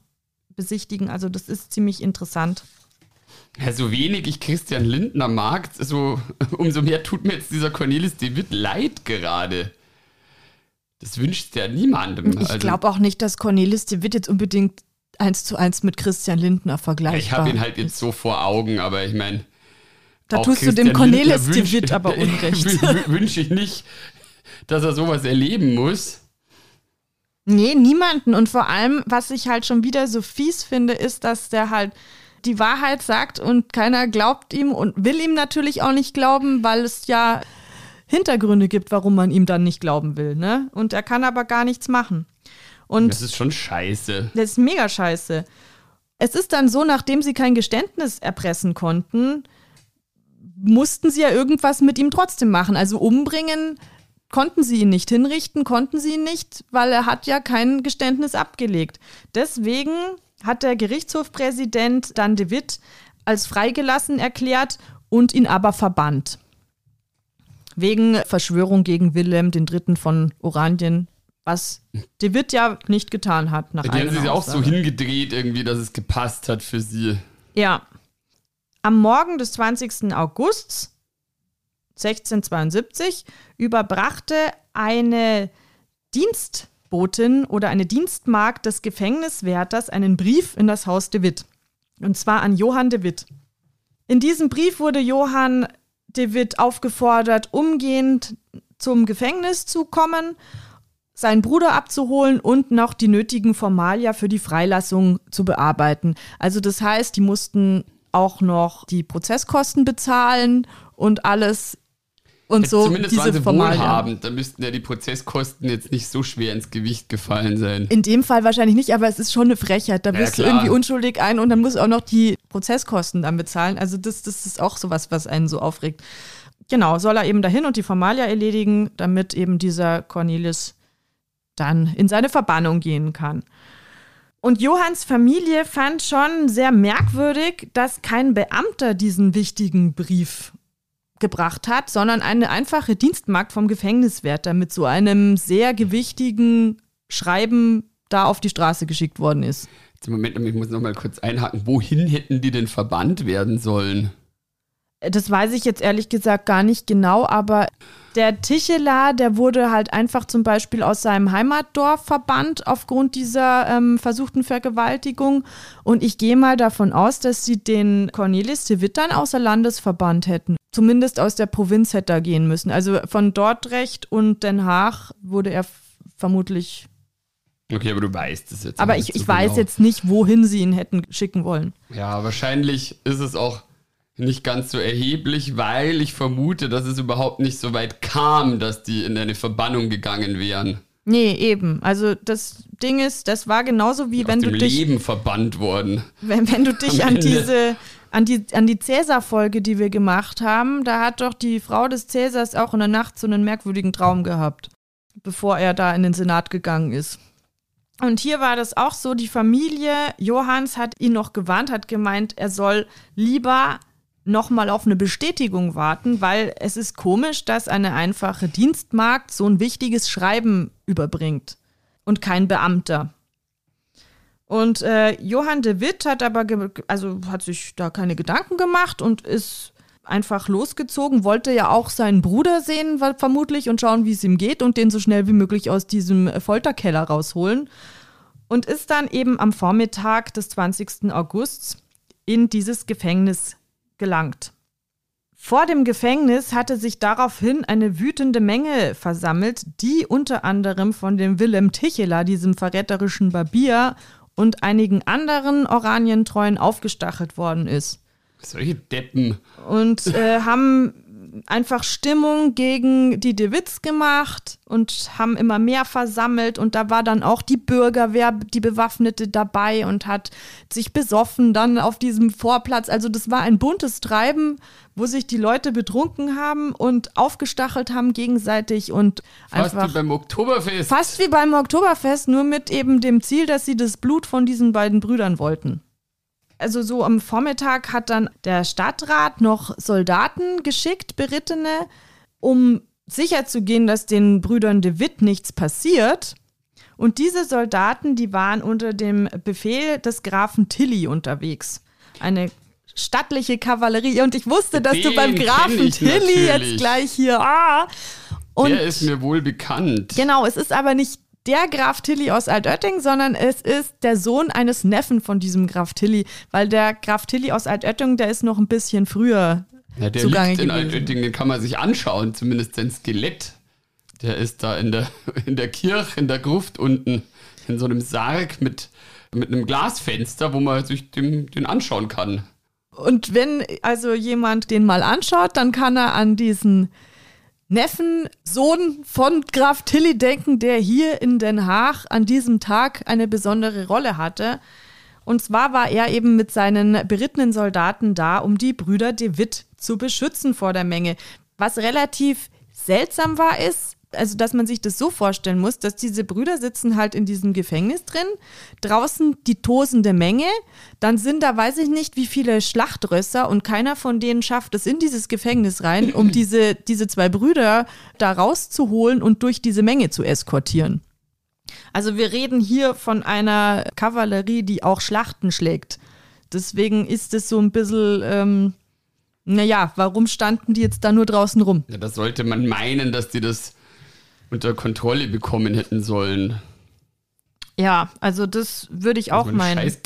besichtigen. Also das ist ziemlich interessant. Ja, so wenig ich Christian Lindner mag, umso mehr tut mir jetzt dieser Cornelis de Witt leid gerade. Das wünscht ja niemandem. Ich glaube auch nicht, dass Cornelis de Witt jetzt unbedingt 1:1 mit Christian Lindner vergleichbar ist. Ich habe ihn halt jetzt so vor Augen, aber ich meine, da tust du dem Cornelis de Witt aber Unrecht. Wünsche ich nicht, dass er sowas erleben muss. Nee, niemanden. Und vor allem, was ich halt schon wieder so fies finde, ist, dass der halt die Wahrheit sagt und keiner glaubt ihm und will ihm natürlich auch nicht glauben, weil es ja Hintergründe gibt, warum man ihm dann nicht glauben will, ne? Und er kann aber gar nichts machen. Und das ist schon scheiße. Das ist mega scheiße. Es ist dann so, nachdem sie kein Geständnis erpressen konnten, mussten sie ja irgendwas mit ihm trotzdem machen. Also umbringen konnten sie ihn nicht, hinrichten konnten sie ihn nicht, weil er hat ja kein Geständnis abgelegt. Deswegen hat der Gerichtshofpräsident dann de Witt als freigelassen erklärt und ihn aber verbannt. Wegen Verschwörung gegen Wilhelm III. Von Oranien, was de Witt ja nicht getan hat. Die haben sich auch so hingedreht irgendwie, dass es gepasst hat für sie. Ja. Am Morgen des 20. August 1672 überbrachte eine Dienstbotin oder eine Dienstmagd des Gefängniswärters einen Brief in das Haus de Witt. Und zwar an Johann de Witt. In diesem Brief wurde Johann de Witt aufgefordert, umgehend zum Gefängnis zu kommen, seinen Bruder abzuholen und noch die nötigen Formalia für die Freilassung zu bearbeiten. Also das heißt, die mussten auch noch die Prozesskosten bezahlen und alles. Und so zumindest diese waren sie Formalien. wohlhabend, da müssten ja die Prozesskosten jetzt nicht so schwer ins Gewicht gefallen sein. In dem Fall wahrscheinlich nicht, aber es ist schon eine Frechheit. Da bist du irgendwie unschuldig ein und dann musst du auch noch die Prozesskosten dann bezahlen. Also das ist auch sowas, was einen so aufregt. Genau, soll er eben dahin und die Formalia erledigen, damit eben dieser Cornelis dann in seine Verbannung gehen kann. Und Johanns Familie fand schon sehr merkwürdig, dass kein Beamter diesen wichtigen Brief gebracht hat, sondern eine einfache Dienstmagd vom Gefängniswärter mit so einem sehr gewichtigen Schreiben da auf die Straße geschickt worden ist. Moment, ich muss noch mal kurz einhaken. Wohin hätten die denn verbannt werden sollen? Das weiß ich jetzt ehrlich gesagt gar nicht genau, aber der Ticheler, der wurde halt einfach zum Beispiel aus seinem Heimatdorf verbannt aufgrund dieser versuchten Vergewaltigung. Und ich gehe mal davon aus, dass sie den Cornelis de Witt dann außer Landes verbannt hätten. Zumindest aus der Provinz hätte er gehen müssen. Also von Dordrecht und Den Haag wurde er vermutlich. Okay, aber du weißt es jetzt. Aber ich weiß jetzt nicht, wohin sie ihn hätten schicken wollen. Ja, wahrscheinlich ist es auch nicht ganz so erheblich, weil ich vermute, dass es überhaupt nicht so weit kam, dass die in eine Verbannung gegangen wären. Nee, eben. Also das Ding ist, das war genauso wie wenn du dich Leben verbannt worden. Wenn du dich an die Cäsar-Folge, die wir gemacht haben, da hat doch die Frau des Cäsars auch in der Nacht so einen merkwürdigen Traum gehabt, bevor er da in den Senat gegangen ist. Und hier war das auch so, die Familie Johanns hat ihn noch gewarnt, hat gemeint, er soll lieber nochmal auf eine Bestätigung warten, weil es ist komisch, dass eine einfache Dienstmagd so ein wichtiges Schreiben überbringt und kein Beamter. Und Johann de Witt hat aber hat sich da keine Gedanken gemacht und ist einfach losgezogen, wollte ja auch seinen Bruder sehen, vermutlich, und schauen, wie es ihm geht und den so schnell wie möglich aus diesem Folterkeller rausholen. Und ist dann eben am Vormittag des 20. Augusts in dieses Gefängnis gelangt. Vor dem Gefängnis hatte sich daraufhin eine wütende Menge versammelt, die unter anderem von dem Wilhelm Ticheler, diesem verräterischen Barbier, und einigen anderen Oranientreuen aufgestachelt worden ist. Solche Deppen. Und haben einfach Stimmung gegen die de Witts gemacht und haben immer mehr versammelt. Und da war dann auch die Bürgerwehr, die Bewaffnete, dabei und hat sich besoffen dann auf diesem Vorplatz. Also das war ein buntes Treiben, wo sich die Leute betrunken haben und aufgestachelt haben gegenseitig. Und fast wie beim Oktoberfest. Fast wie beim Oktoberfest, nur mit eben dem Ziel, dass sie das Blut von diesen beiden Brüdern wollten. Also so am Vormittag hat dann der Stadtrat noch Soldaten geschickt, Berittene, um sicherzugehen, dass den Brüdern de Witt nichts passiert. Und diese Soldaten, die waren unter dem Befehl des Grafen Tilly unterwegs. Eine stattliche Kavallerie. Und ich wusste, dass du beim Grafen Tilly jetzt gleich hier... Und der ist mir wohl bekannt. Genau, es ist aber nicht der Graf Tilly aus Altötting, sondern es ist der Sohn eines Neffen von diesem Graf Tilly, weil der Graf Tilly aus Altötting, der ist noch ein bisschen früher der zugange liegt in gewesen. Altötting, den kann man sich anschauen, zumindest sein Skelett. Der ist da in der Kirche, in der Gruft unten, in so einem Sarg mit einem Glasfenster, wo man sich den anschauen kann. Und wenn also jemand den mal anschaut, dann kann er an diesen Neffen, Sohn von Graf Tilly denken, der hier in Den Haag an diesem Tag eine besondere Rolle hatte. Und zwar war er eben mit seinen berittenen Soldaten da, um die Brüder de Witt zu beschützen vor der Menge. Was relativ seltsam war, ist, also dass man sich das so vorstellen muss, dass diese Brüder sitzen halt in diesem Gefängnis drin, draußen die tosende Menge, dann sind da weiß ich nicht wie viele Schlachtrösser und keiner von denen schafft es in dieses Gefängnis rein, um diese zwei Brüder da rauszuholen und durch diese Menge zu eskortieren. Also wir reden hier von einer Kavallerie, die auch Schlachten schlägt. Deswegen ist es so ein bisschen, warum standen die jetzt da nur draußen rum? Ja, da sollte man meinen, dass die das unter Kontrolle bekommen hätten sollen. Ja, also das würde ich auch meinen. Scheiß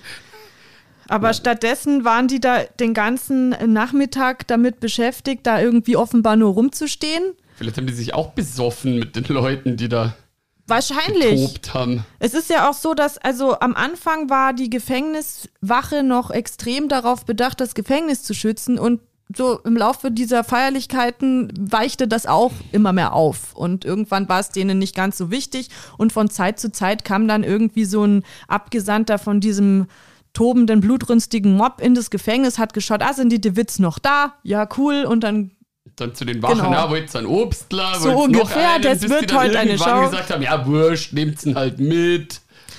Aber stattdessen waren die da den ganzen Nachmittag damit beschäftigt, da irgendwie offenbar nur rumzustehen. Vielleicht haben die sich auch besoffen mit den Leuten, die da wahrscheinlich getobt haben. Es ist ja auch so, dass also am Anfang war die Gefängniswache noch extrem darauf bedacht, das Gefängnis zu schützen und so im Laufe dieser Feierlichkeiten weichte das auch immer mehr auf und irgendwann war es denen nicht ganz so wichtig und von Zeit zu Zeit kam dann irgendwie so ein Abgesandter von diesem tobenden, blutrünstigen Mob in das Gefängnis, hat geschaut, sind die de Witts noch da? Ja, cool. Und dann zu den Wachen, genau. Wollt's ein Obstler? So ungefähr, noch einen, das wird heute eine Schau. Gesagt haben, ja, wurscht, nehmt's ihn halt mit.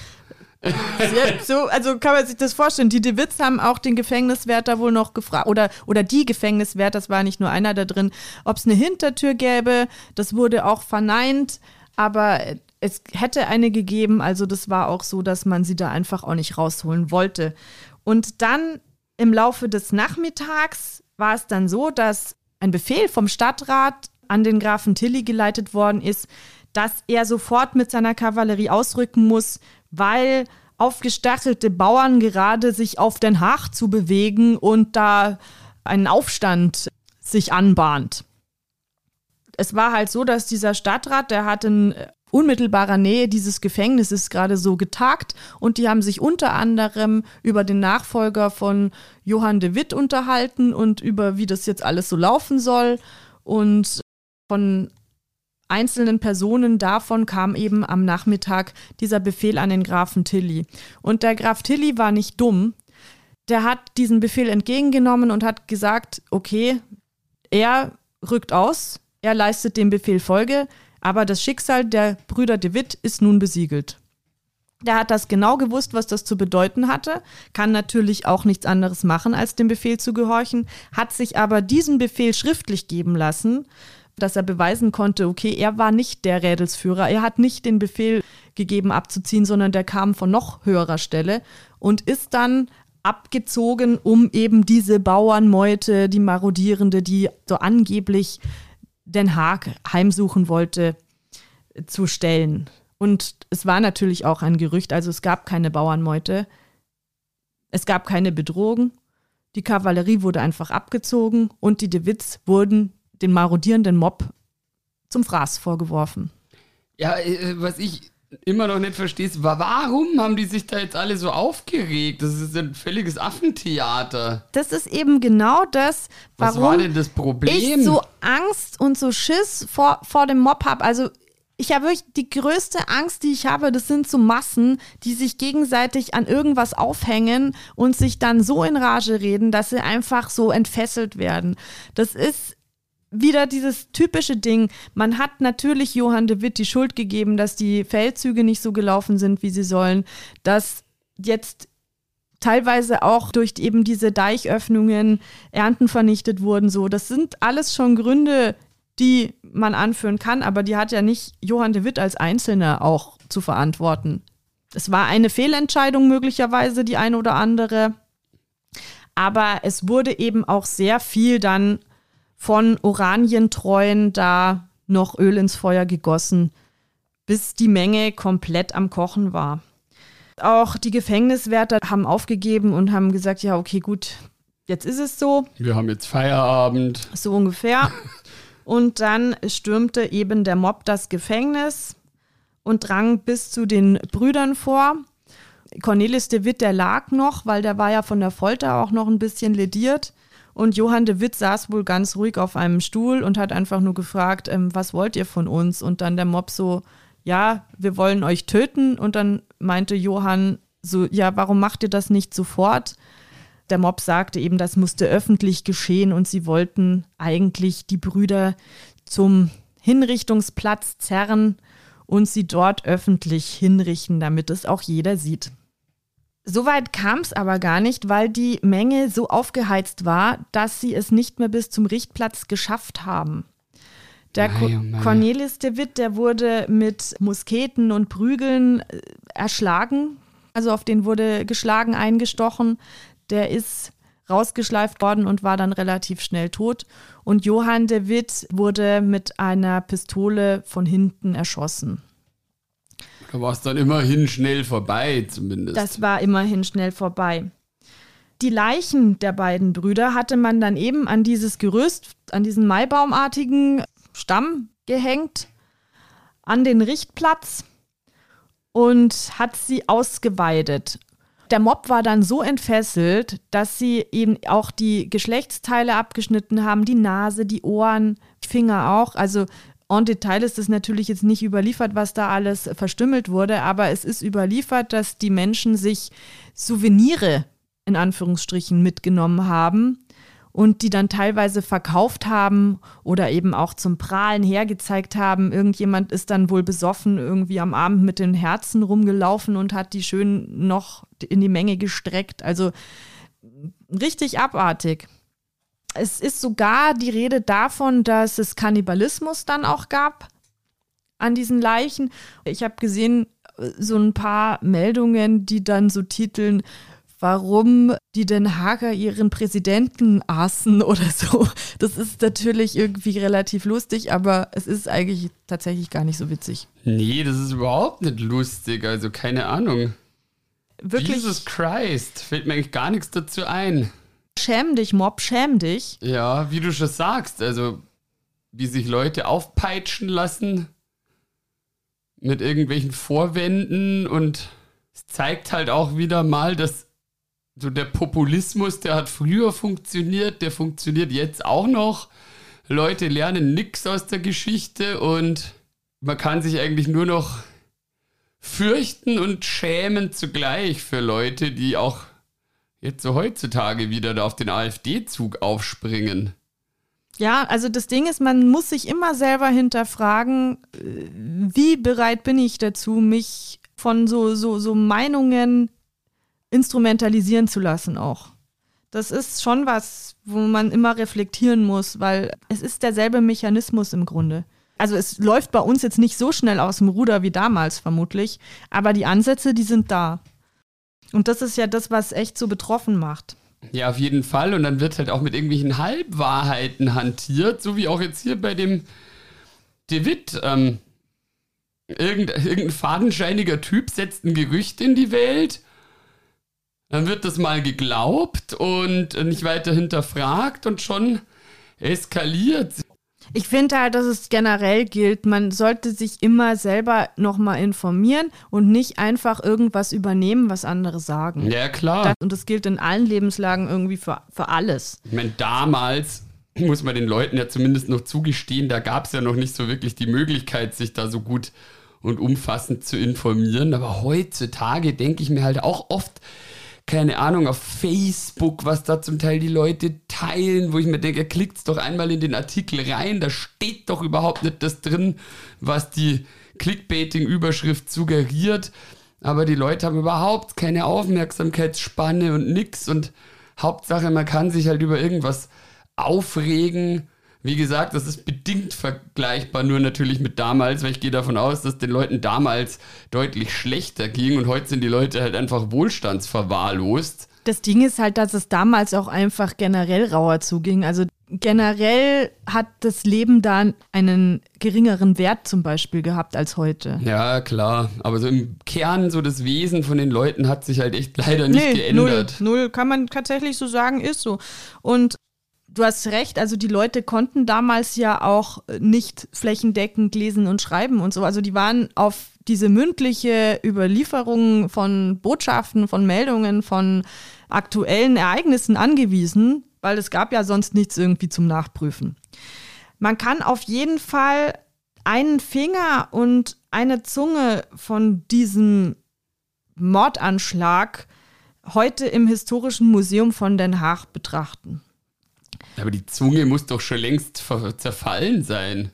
So, also kann man sich das vorstellen. Die de Witts haben auch den Gefängniswärter wohl noch gefragt, oder die Gefängniswärter, das war nicht nur einer da drin, ob es eine Hintertür gäbe. Das wurde auch verneint, aber es hätte eine gegeben. Also das war auch so, dass man sie da einfach auch nicht rausholen wollte. Und dann im Laufe des Nachmittags war es dann so, dass ein Befehl vom Stadtrat an den Grafen Tilly geleitet worden ist, dass er sofort mit seiner Kavallerie ausrücken muss, weil aufgestachelte Bauern gerade sich auf Den Haag zu bewegen und da ein Aufstand sich anbahnt. Es war halt so, dass dieser Stadtrat, der hat in unmittelbarer Nähe dieses Gefängnisses gerade so getagt und die haben sich unter anderem über den Nachfolger von Johann de Witt unterhalten und über wie das jetzt alles so laufen soll und von einzelnen Personen davon kam eben am Nachmittag dieser Befehl an den Grafen Tilly. Und der Graf Tilly war nicht dumm. Der hat diesen Befehl entgegengenommen und hat gesagt, okay, er rückt aus, er leistet dem Befehl Folge, aber das Schicksal der Brüder de Witt ist nun besiegelt. Der hat das genau gewusst, was das zu bedeuten hatte, kann natürlich auch nichts anderes machen, als dem Befehl zu gehorchen, hat sich aber diesen Befehl schriftlich geben lassen, dass er beweisen konnte, okay, er war nicht der Rädelsführer, er hat nicht den Befehl gegeben abzuziehen, sondern der kam von noch höherer Stelle und ist dann abgezogen, um eben diese Bauernmeute, die Marodierende, die so angeblich Den Haag heimsuchen wollte, zu stellen. Und es war natürlich auch ein Gerücht, also es gab keine Bauernmeute, es gab keine Bedrohung, die Kavallerie wurde einfach abgezogen und die de Witts wurden den marodierenden Mob zum Fraß vorgeworfen. Ja, was ich immer noch nicht verstehe, ist, warum haben die sich da jetzt alle so aufgeregt? Das ist ein völliges Affentheater. Das ist eben genau das, warum was war denn das Problem? Ich so Angst und so Schiss vor dem Mob habe. Also ich habe wirklich die größte Angst, die ich habe, das sind so Massen, die sich gegenseitig an irgendwas aufhängen und sich dann so in Rage reden, dass sie einfach so entfesselt werden. Das ist wieder dieses typische Ding. Man hat natürlich Johann de Witt die Schuld gegeben, dass die Feldzüge nicht so gelaufen sind, wie sie sollen, dass jetzt teilweise auch durch eben diese Deichöffnungen Ernten vernichtet wurden. So, das sind alles schon Gründe, die man anführen kann, aber die hat ja nicht Johann de Witt als Einzelner auch zu verantworten. Es war eine Fehlentscheidung möglicherweise, die eine oder andere, aber es wurde eben auch sehr viel dann von Oranientreuen da noch Öl ins Feuer gegossen, bis die Menge komplett am Kochen war. Auch die Gefängniswärter haben aufgegeben und haben gesagt, ja, okay, gut, jetzt ist es so. Wir haben jetzt Feierabend. So ungefähr. Und dann stürmte eben der Mob das Gefängnis und drang bis zu den Brüdern vor. Cornelis de Witt, der lag noch, weil der war ja von der Folter auch noch ein bisschen lediert. Und Johann de Witt saß wohl ganz ruhig auf einem Stuhl und hat einfach nur gefragt, was wollt ihr von uns? Und dann der Mob so, ja, wir wollen euch töten. Und dann meinte Johann so, ja, warum macht ihr das nicht sofort? Der Mob sagte eben, das musste öffentlich geschehen und sie wollten eigentlich die Brüder zum Hinrichtungsplatz zerren und sie dort öffentlich hinrichten, damit es auch jeder sieht. Soweit kam es aber gar nicht, weil die Menge so aufgeheizt war, dass sie es nicht mehr bis zum Richtplatz geschafft haben. Der Cornelis de Witt, der wurde mit Musketen und Prügeln erschlagen, also auf den wurde geschlagen, eingestochen. Der ist rausgeschleift worden und war dann relativ schnell tot. Und Johann de Witt wurde mit einer Pistole von hinten erschossen. Da war es dann immerhin schnell vorbei zumindest. Das war immerhin schnell vorbei. Die Leichen der beiden Brüder hatte man dann eben an dieses Gerüst, an diesen maibaumartigen Stamm gehängt, an den Richtplatz und hat sie ausgeweidet. Der Mob war dann so entfesselt, dass sie eben auch die Geschlechtsteile abgeschnitten haben, die Nase, die Ohren, die Finger auch. Also en Detail ist es natürlich jetzt nicht überliefert, was da alles verstümmelt wurde, aber es ist überliefert, dass die Menschen sich Souvenire in Anführungsstrichen mitgenommen haben und die dann teilweise verkauft haben oder eben auch zum Prahlen hergezeigt haben. Irgendjemand ist dann wohl besoffen irgendwie am Abend mit den Herzen rumgelaufen und hat die schön noch in die Menge gestreckt. Also richtig abartig. Es ist sogar die Rede davon, dass es Kannibalismus dann auch gab an diesen Leichen. Ich habe gesehen, so ein paar Meldungen, die dann so titeln, warum die Den Haager ihren Präsidenten aßen oder so. Das ist natürlich irgendwie relativ lustig, aber es ist eigentlich tatsächlich gar nicht so witzig. Nee, das ist überhaupt nicht lustig, also keine Ahnung. Wirklich? Jesus Christ, fällt mir eigentlich gar nichts dazu ein. Schäm dich, Mob, schäm dich. Ja, wie du schon sagst, also wie sich Leute aufpeitschen lassen mit irgendwelchen Vorwänden und es zeigt halt auch wieder mal, dass so der Populismus, der hat früher funktioniert, der funktioniert jetzt auch noch. Leute lernen nichts aus der Geschichte und man kann sich eigentlich nur noch fürchten und schämen zugleich für Leute, die auch jetzt so heutzutage wieder da auf den AfD-Zug aufspringen. Ja, also das Ding ist, man muss sich immer selber hinterfragen, wie bereit bin ich dazu, mich von so Meinungen instrumentalisieren zu lassen auch. Das ist schon was, wo man immer reflektieren muss, weil es ist derselbe Mechanismus im Grunde. Also es läuft bei uns jetzt nicht so schnell aus dem Ruder wie damals vermutlich, aber die Ansätze, die sind da. Und das ist ja das, was echt so betroffen macht. Ja, auf jeden Fall. Und dann wird halt auch mit irgendwelchen Halbwahrheiten hantiert, so wie auch jetzt hier bei dem de Witt. Irgendein fadenscheiniger Typ setzt ein Gerücht in die Welt. Dann wird das mal geglaubt und nicht weiter hinterfragt und schon eskaliert. Ich finde halt, dass es generell gilt, man sollte sich immer selber nochmal informieren und nicht einfach irgendwas übernehmen, was andere sagen. Ja, klar. Und das gilt in allen Lebenslagen irgendwie für alles. Ich meine, damals muss man den Leuten ja zumindest noch zugestehen, da gab es ja noch nicht so wirklich die Möglichkeit, sich da so gut und umfassend zu informieren. Aber heutzutage denke ich mir halt auch oft, keine Ahnung, auf Facebook, was da zum Teil die Leute teilen, wo ich mir denke, klickt's doch einmal in den Artikel rein, da steht doch überhaupt nicht das drin, was die Clickbaiting-Überschrift suggeriert, aber die Leute haben überhaupt keine Aufmerksamkeitsspanne und nix und Hauptsache, man kann sich halt über irgendwas aufregen, Wie gesagt, das ist bedingt vergleichbar, nur natürlich mit damals, weil ich gehe davon aus, dass den Leuten damals deutlich schlechter ging und heute sind die Leute halt einfach wohlstandsverwahrlost. Das Ding ist halt, dass es damals auch einfach generell rauer zuging. Also generell hat das Leben da einen geringeren Wert zum Beispiel gehabt als heute. Ja, klar. Aber so im Kern, so das Wesen von den Leuten hat sich halt echt leider nicht geändert. Null, kann man tatsächlich so sagen, ist so. Und du hast recht, also die Leute konnten damals ja auch nicht flächendeckend lesen und schreiben und so. Also die waren auf diese mündliche Überlieferung von Botschaften, von Meldungen, von aktuellen Ereignissen angewiesen, weil es gab ja sonst nichts irgendwie zum Nachprüfen. Man kann auf jeden Fall einen Finger und eine Zunge von diesem Mordanschlag heute im Historischen Museum von Den Haag betrachten. Aber die Zunge muss doch schon längst zerfallen sein.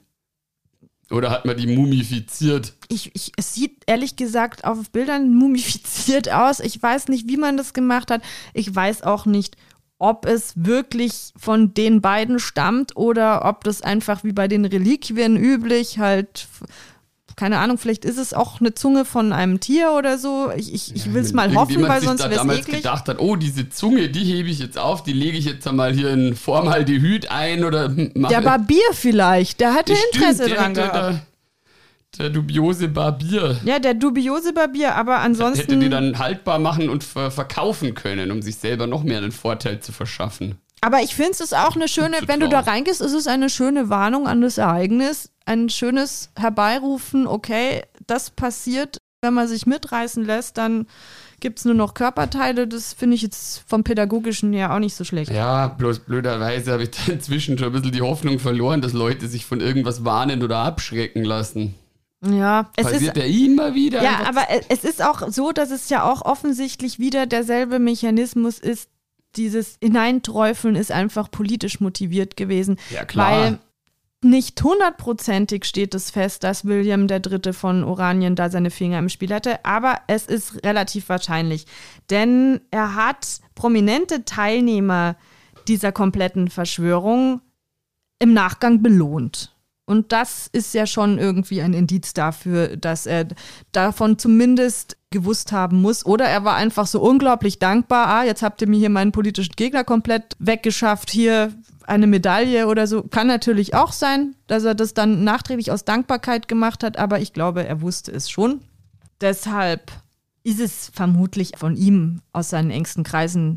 Oder hat man die mumifiziert? Es sieht ehrlich gesagt auf Bildern mumifiziert aus. Ich weiß nicht, wie man das gemacht hat. Ich weiß auch nicht, ob es wirklich von den beiden stammt oder ob das einfach wie bei den Reliquien üblich halt, keine Ahnung, vielleicht ist es auch eine Zunge von einem Tier oder so. Ich will es mal hoffen, weil sonst wäre es damals eklig. Gedacht hat, oh, diese Zunge, die hebe ich jetzt auf, die lege ich jetzt einmal hier in Formaldehyd ein oder mache. Der Barbier vielleicht, der hatte Interesse dran gehabt. Der dubiose Barbier. Ja, der dubiose Barbier, aber ansonsten... Hätte die dann haltbar machen und verkaufen können, um sich selber noch mehr einen Vorteil zu verschaffen. Aber ich finde es auch eine schöne, wenn du da reingehst, ist es eine schöne Warnung an das Ereignis, ein schönes Herbeirufen, okay, das passiert, wenn man sich mitreißen lässt, dann gibt es nur noch Körperteile, das finde ich jetzt vom Pädagogischen her auch nicht so schlecht. Ja, bloß blöderweise habe ich da inzwischen schon ein bisschen die Hoffnung verloren, dass Leute sich von irgendwas warnen oder abschrecken lassen. Ja, es passiert ja immer wieder. Ja, aber es ist auch so, dass es ja auch offensichtlich wieder derselbe Mechanismus ist. Dieses Hineinträufeln ist einfach politisch motiviert gewesen. Ja, klar. Weil nicht 100%ig steht es fest, dass William III. Von Oranien da seine Finger im Spiel hatte, aber es ist relativ wahrscheinlich. Denn er hat prominente Teilnehmer dieser kompletten Verschwörung im Nachgang belohnt. Und das ist ja schon irgendwie ein Indiz dafür, dass er davon zumindest gewusst haben muss. Oder er war einfach so unglaublich dankbar. Jetzt habt ihr mir hier meinen politischen Gegner komplett weggeschafft. Hier eine Medaille oder so. Kann natürlich auch sein, dass er das dann nachträglich aus Dankbarkeit gemacht hat. Aber ich glaube, er wusste es schon. Deshalb ist es vermutlich von ihm aus seinen engsten Kreisen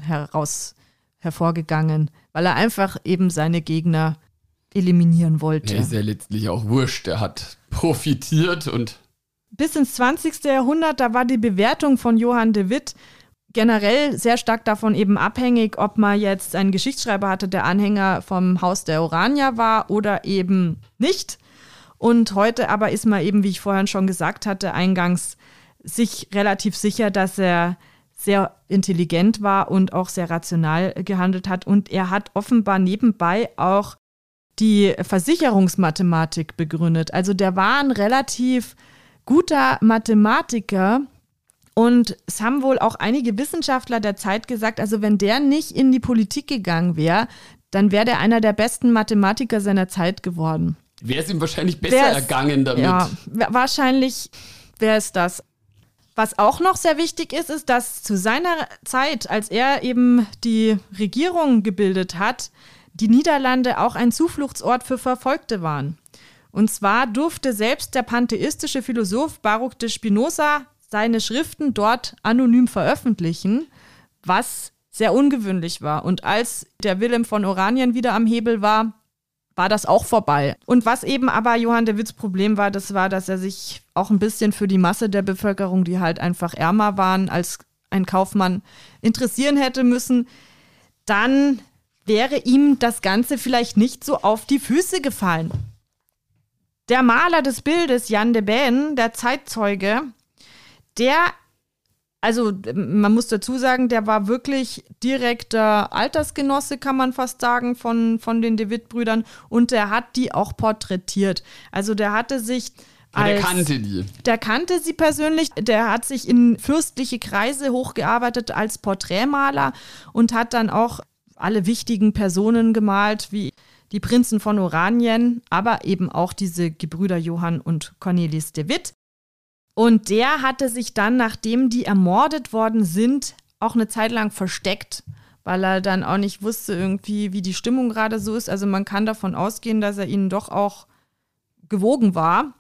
hervorgegangen. Weil er einfach eben seine Gegner eliminieren wollte. Ja, ist ja letztlich auch wurscht. Er hat profitiert und... Bis ins 20. Jahrhundert, da war die Bewertung von Johann de Witt generell sehr stark davon eben abhängig, ob man jetzt einen Geschichtsschreiber hatte, der Anhänger vom Haus der Oranier war oder eben nicht. Und heute aber ist man eben, wie ich vorhin schon gesagt hatte, eingangs sich relativ sicher, dass er sehr intelligent war und auch sehr rational gehandelt hat. Und er hat offenbar nebenbei auch die Versicherungsmathematik begründet. Also der war ein relativ guter Mathematiker und es haben wohl auch einige Wissenschaftler der Zeit gesagt, also wenn der nicht in die Politik gegangen wäre, dann wäre der einer der besten Mathematiker seiner Zeit geworden. Wäre es ihm wahrscheinlich besser ergangen damit. Ja, wahrscheinlich wäre es das. Was auch noch sehr wichtig ist, ist, dass zu seiner Zeit, als er eben die Regierung gebildet hat, die Niederlande auch ein Zufluchtsort für Verfolgte waren. Und zwar durfte selbst der pantheistische Philosoph Baruch de Spinoza seine Schriften dort anonym veröffentlichen, was sehr ungewöhnlich war. Und als der Wilhelm von Oranien wieder am Hebel war, war das auch vorbei. Und was eben aber Johann de Witts Problem war, das war, dass er sich auch ein bisschen für die Masse der Bevölkerung, die halt einfach ärmer waren als ein Kaufmann, interessieren hätte müssen. Dann wäre ihm das Ganze vielleicht nicht so auf die Füße gefallen. Der Maler des Bildes, Jan de Baen, der Zeitzeuge, man muss dazu sagen, der war wirklich direkter Altersgenosse, kann man fast sagen, von den de Witt-Brüdern und der hat die auch porträtiert. Also der hatte sich der kannte die. Der kannte sie persönlich, der hat sich in fürstliche Kreise hochgearbeitet als Porträtmaler und hat dann auch alle wichtigen Personen gemalt, wie die Prinzen von Oranien, aber eben auch diese Gebrüder Johann und Cornelis de Witt. Und der hatte sich dann, nachdem die ermordet worden sind, auch eine Zeit lang versteckt, weil er dann auch nicht wusste irgendwie, wie die Stimmung gerade so ist. Also man kann davon ausgehen, dass er ihnen doch auch gewogen war.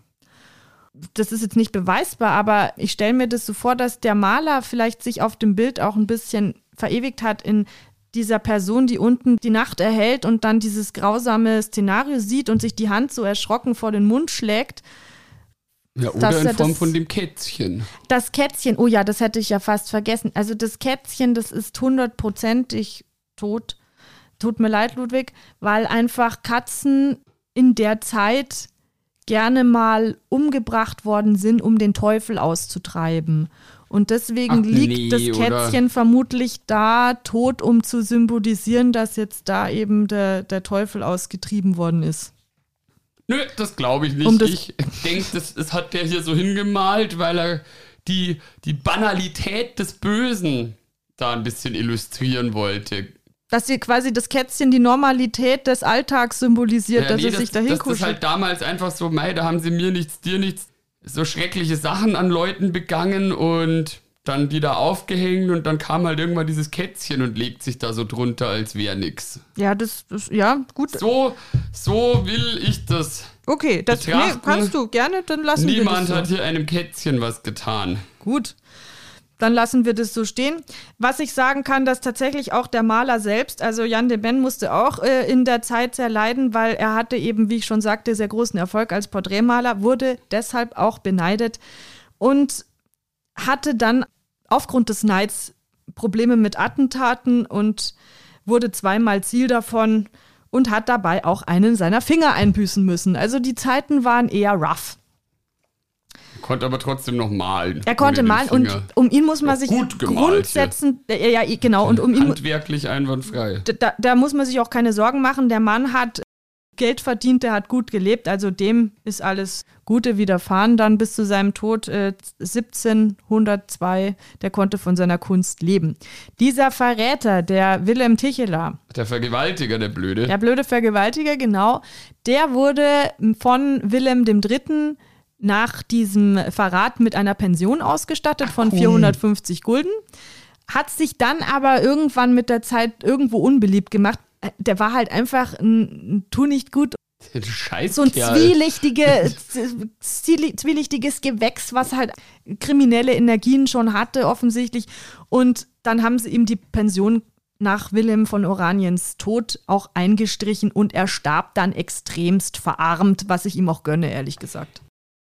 Das ist jetzt nicht beweisbar, aber ich stelle mir das so vor, dass der Maler vielleicht sich auf dem Bild auch ein bisschen verewigt hat in dieser Person, die unten die Nacht erhält und dann dieses grausame Szenario sieht und sich die Hand so erschrocken vor den Mund schlägt. Ja, oder in Form von dem Kätzchen. Das Kätzchen, oh ja, das hätte ich ja fast vergessen. Also das Kätzchen, das ist 100%ig tot. Tut mir leid, Ludwig, weil einfach Katzen in der Zeit gerne mal umgebracht worden sind, um den Teufel auszutreiben. Und deswegen liegt das Kätzchen vermutlich da tot, um zu symbolisieren, dass jetzt da eben der Teufel ausgetrieben worden ist. Nö, das glaube ich nicht. Ich denke, das hat der hier so hingemalt, weil er die Banalität des Bösen da ein bisschen illustrieren wollte. Dass sie quasi das Kätzchen die Normalität des Alltags symbolisiert, dass es sich dahin kuschelt. Das ist halt damals einfach so, da haben sie mir nichts, dir nichts, so schreckliche Sachen an Leuten begangen und dann die da aufgehängt und dann kam halt irgendwann dieses Kätzchen und legt sich da so drunter, als wäre nix. Ja, ja, gut. So will ich das okay, das kannst du gerne, dann lassen wir das so. Niemand hat hier einem Kätzchen was getan. Gut. Dann lassen wir das so stehen. Was ich sagen kann, dass tatsächlich auch der Maler selbst, also Jan de Ben musste auch in der Zeit sehr leiden, weil er hatte eben, wie ich schon sagte, sehr großen Erfolg als Porträtmaler, wurde deshalb auch beneidet und hatte dann aufgrund des Neids Probleme mit Attentaten und wurde zweimal Ziel davon und hat dabei auch einen seiner Finger einbüßen müssen. Also die Zeiten waren eher rough. Konnte aber trotzdem noch malen. Er konnte malen und um ihn muss man sich grundsetzen. Ja, genau. Und um ihn handwerklich einwandfrei. Da muss man sich auch keine Sorgen machen. Der Mann hat Geld verdient, der hat gut gelebt. Also dem ist alles Gute widerfahren. Dann bis zu seinem Tod 1702. Der konnte von seiner Kunst leben. Dieser Verräter, der Wilhelm Tichelor. Der Vergewaltiger, der Blöde. Der blöde Vergewaltiger, genau. Der wurde von Wilhelm III. Nach diesem Verrat mit einer Pension ausgestattet von 450 Gulden, hat sich dann aber irgendwann mit der Zeit irgendwo unbeliebt gemacht. Der war halt einfach ein Tu-nicht-gut. So ein zwielichtiges Gewächs, was halt kriminelle Energien schon hatte, offensichtlich. Und dann haben sie ihm die Pension nach Wilhelm von Oraniens Tod auch eingestrichen und er starb dann extremst verarmt, was ich ihm auch gönne, ehrlich gesagt.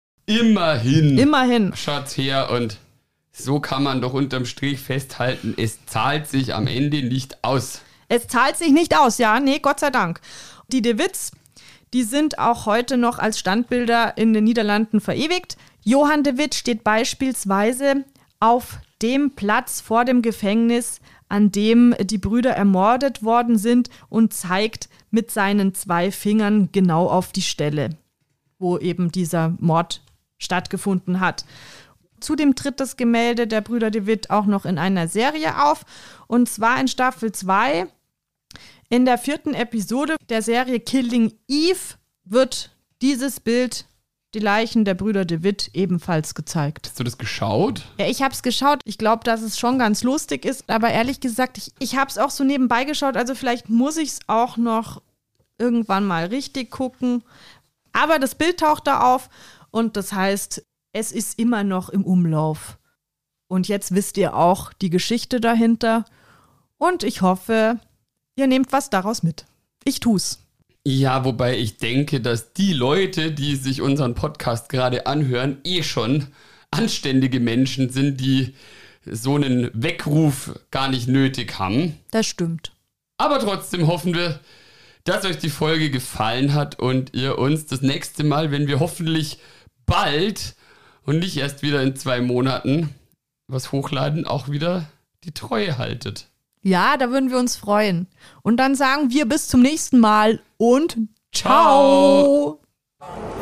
Immerhin. Schaut her und so kann man doch unterm Strich festhalten, es zahlt sich am Ende nicht aus. Es zahlt sich nicht aus, ja, nee, Gott sei Dank. Die de Witts, die sind auch heute noch als Standbilder in den Niederlanden verewigt. Johann de Witt steht beispielsweise auf dem Platz vor dem Gefängnis, an dem die Brüder ermordet worden sind und zeigt mit seinen 2 Fingern genau auf die Stelle, wo eben dieser Mord stattgefunden hat. Zudem tritt das Gemälde der Brüder de Witt auch noch in einer Serie auf, und zwar in Staffel 2. In der 4. Episode der Serie Killing Eve wird dieses Bild, die Leichen der Brüder de Witt, ebenfalls gezeigt. Hast du das geschaut? Ja, ich habe es geschaut. Ich glaube, dass es schon ganz lustig ist, aber ehrlich gesagt, ich habe es auch so nebenbei geschaut, also vielleicht muss ich es auch noch irgendwann mal richtig gucken. Aber das Bild taucht da auf und das heißt, es ist immer noch im Umlauf. Und jetzt wisst ihr auch die Geschichte dahinter und ich hoffe, ihr nehmt was daraus mit. Ich tu's. Ja, wobei ich denke, dass die Leute, die sich unseren Podcast gerade anhören, schon anständige Menschen sind, die so einen Weckruf gar nicht nötig haben. Das stimmt. Aber trotzdem hoffen wir, dass euch die Folge gefallen hat und ihr uns das nächste Mal, wenn wir hoffentlich bald und nicht erst wieder in 2 Monaten was hochladen, auch wieder die Treue haltet. Ja, da würden wir uns freuen. Und dann sagen wir bis zum nächsten Mal und ciao!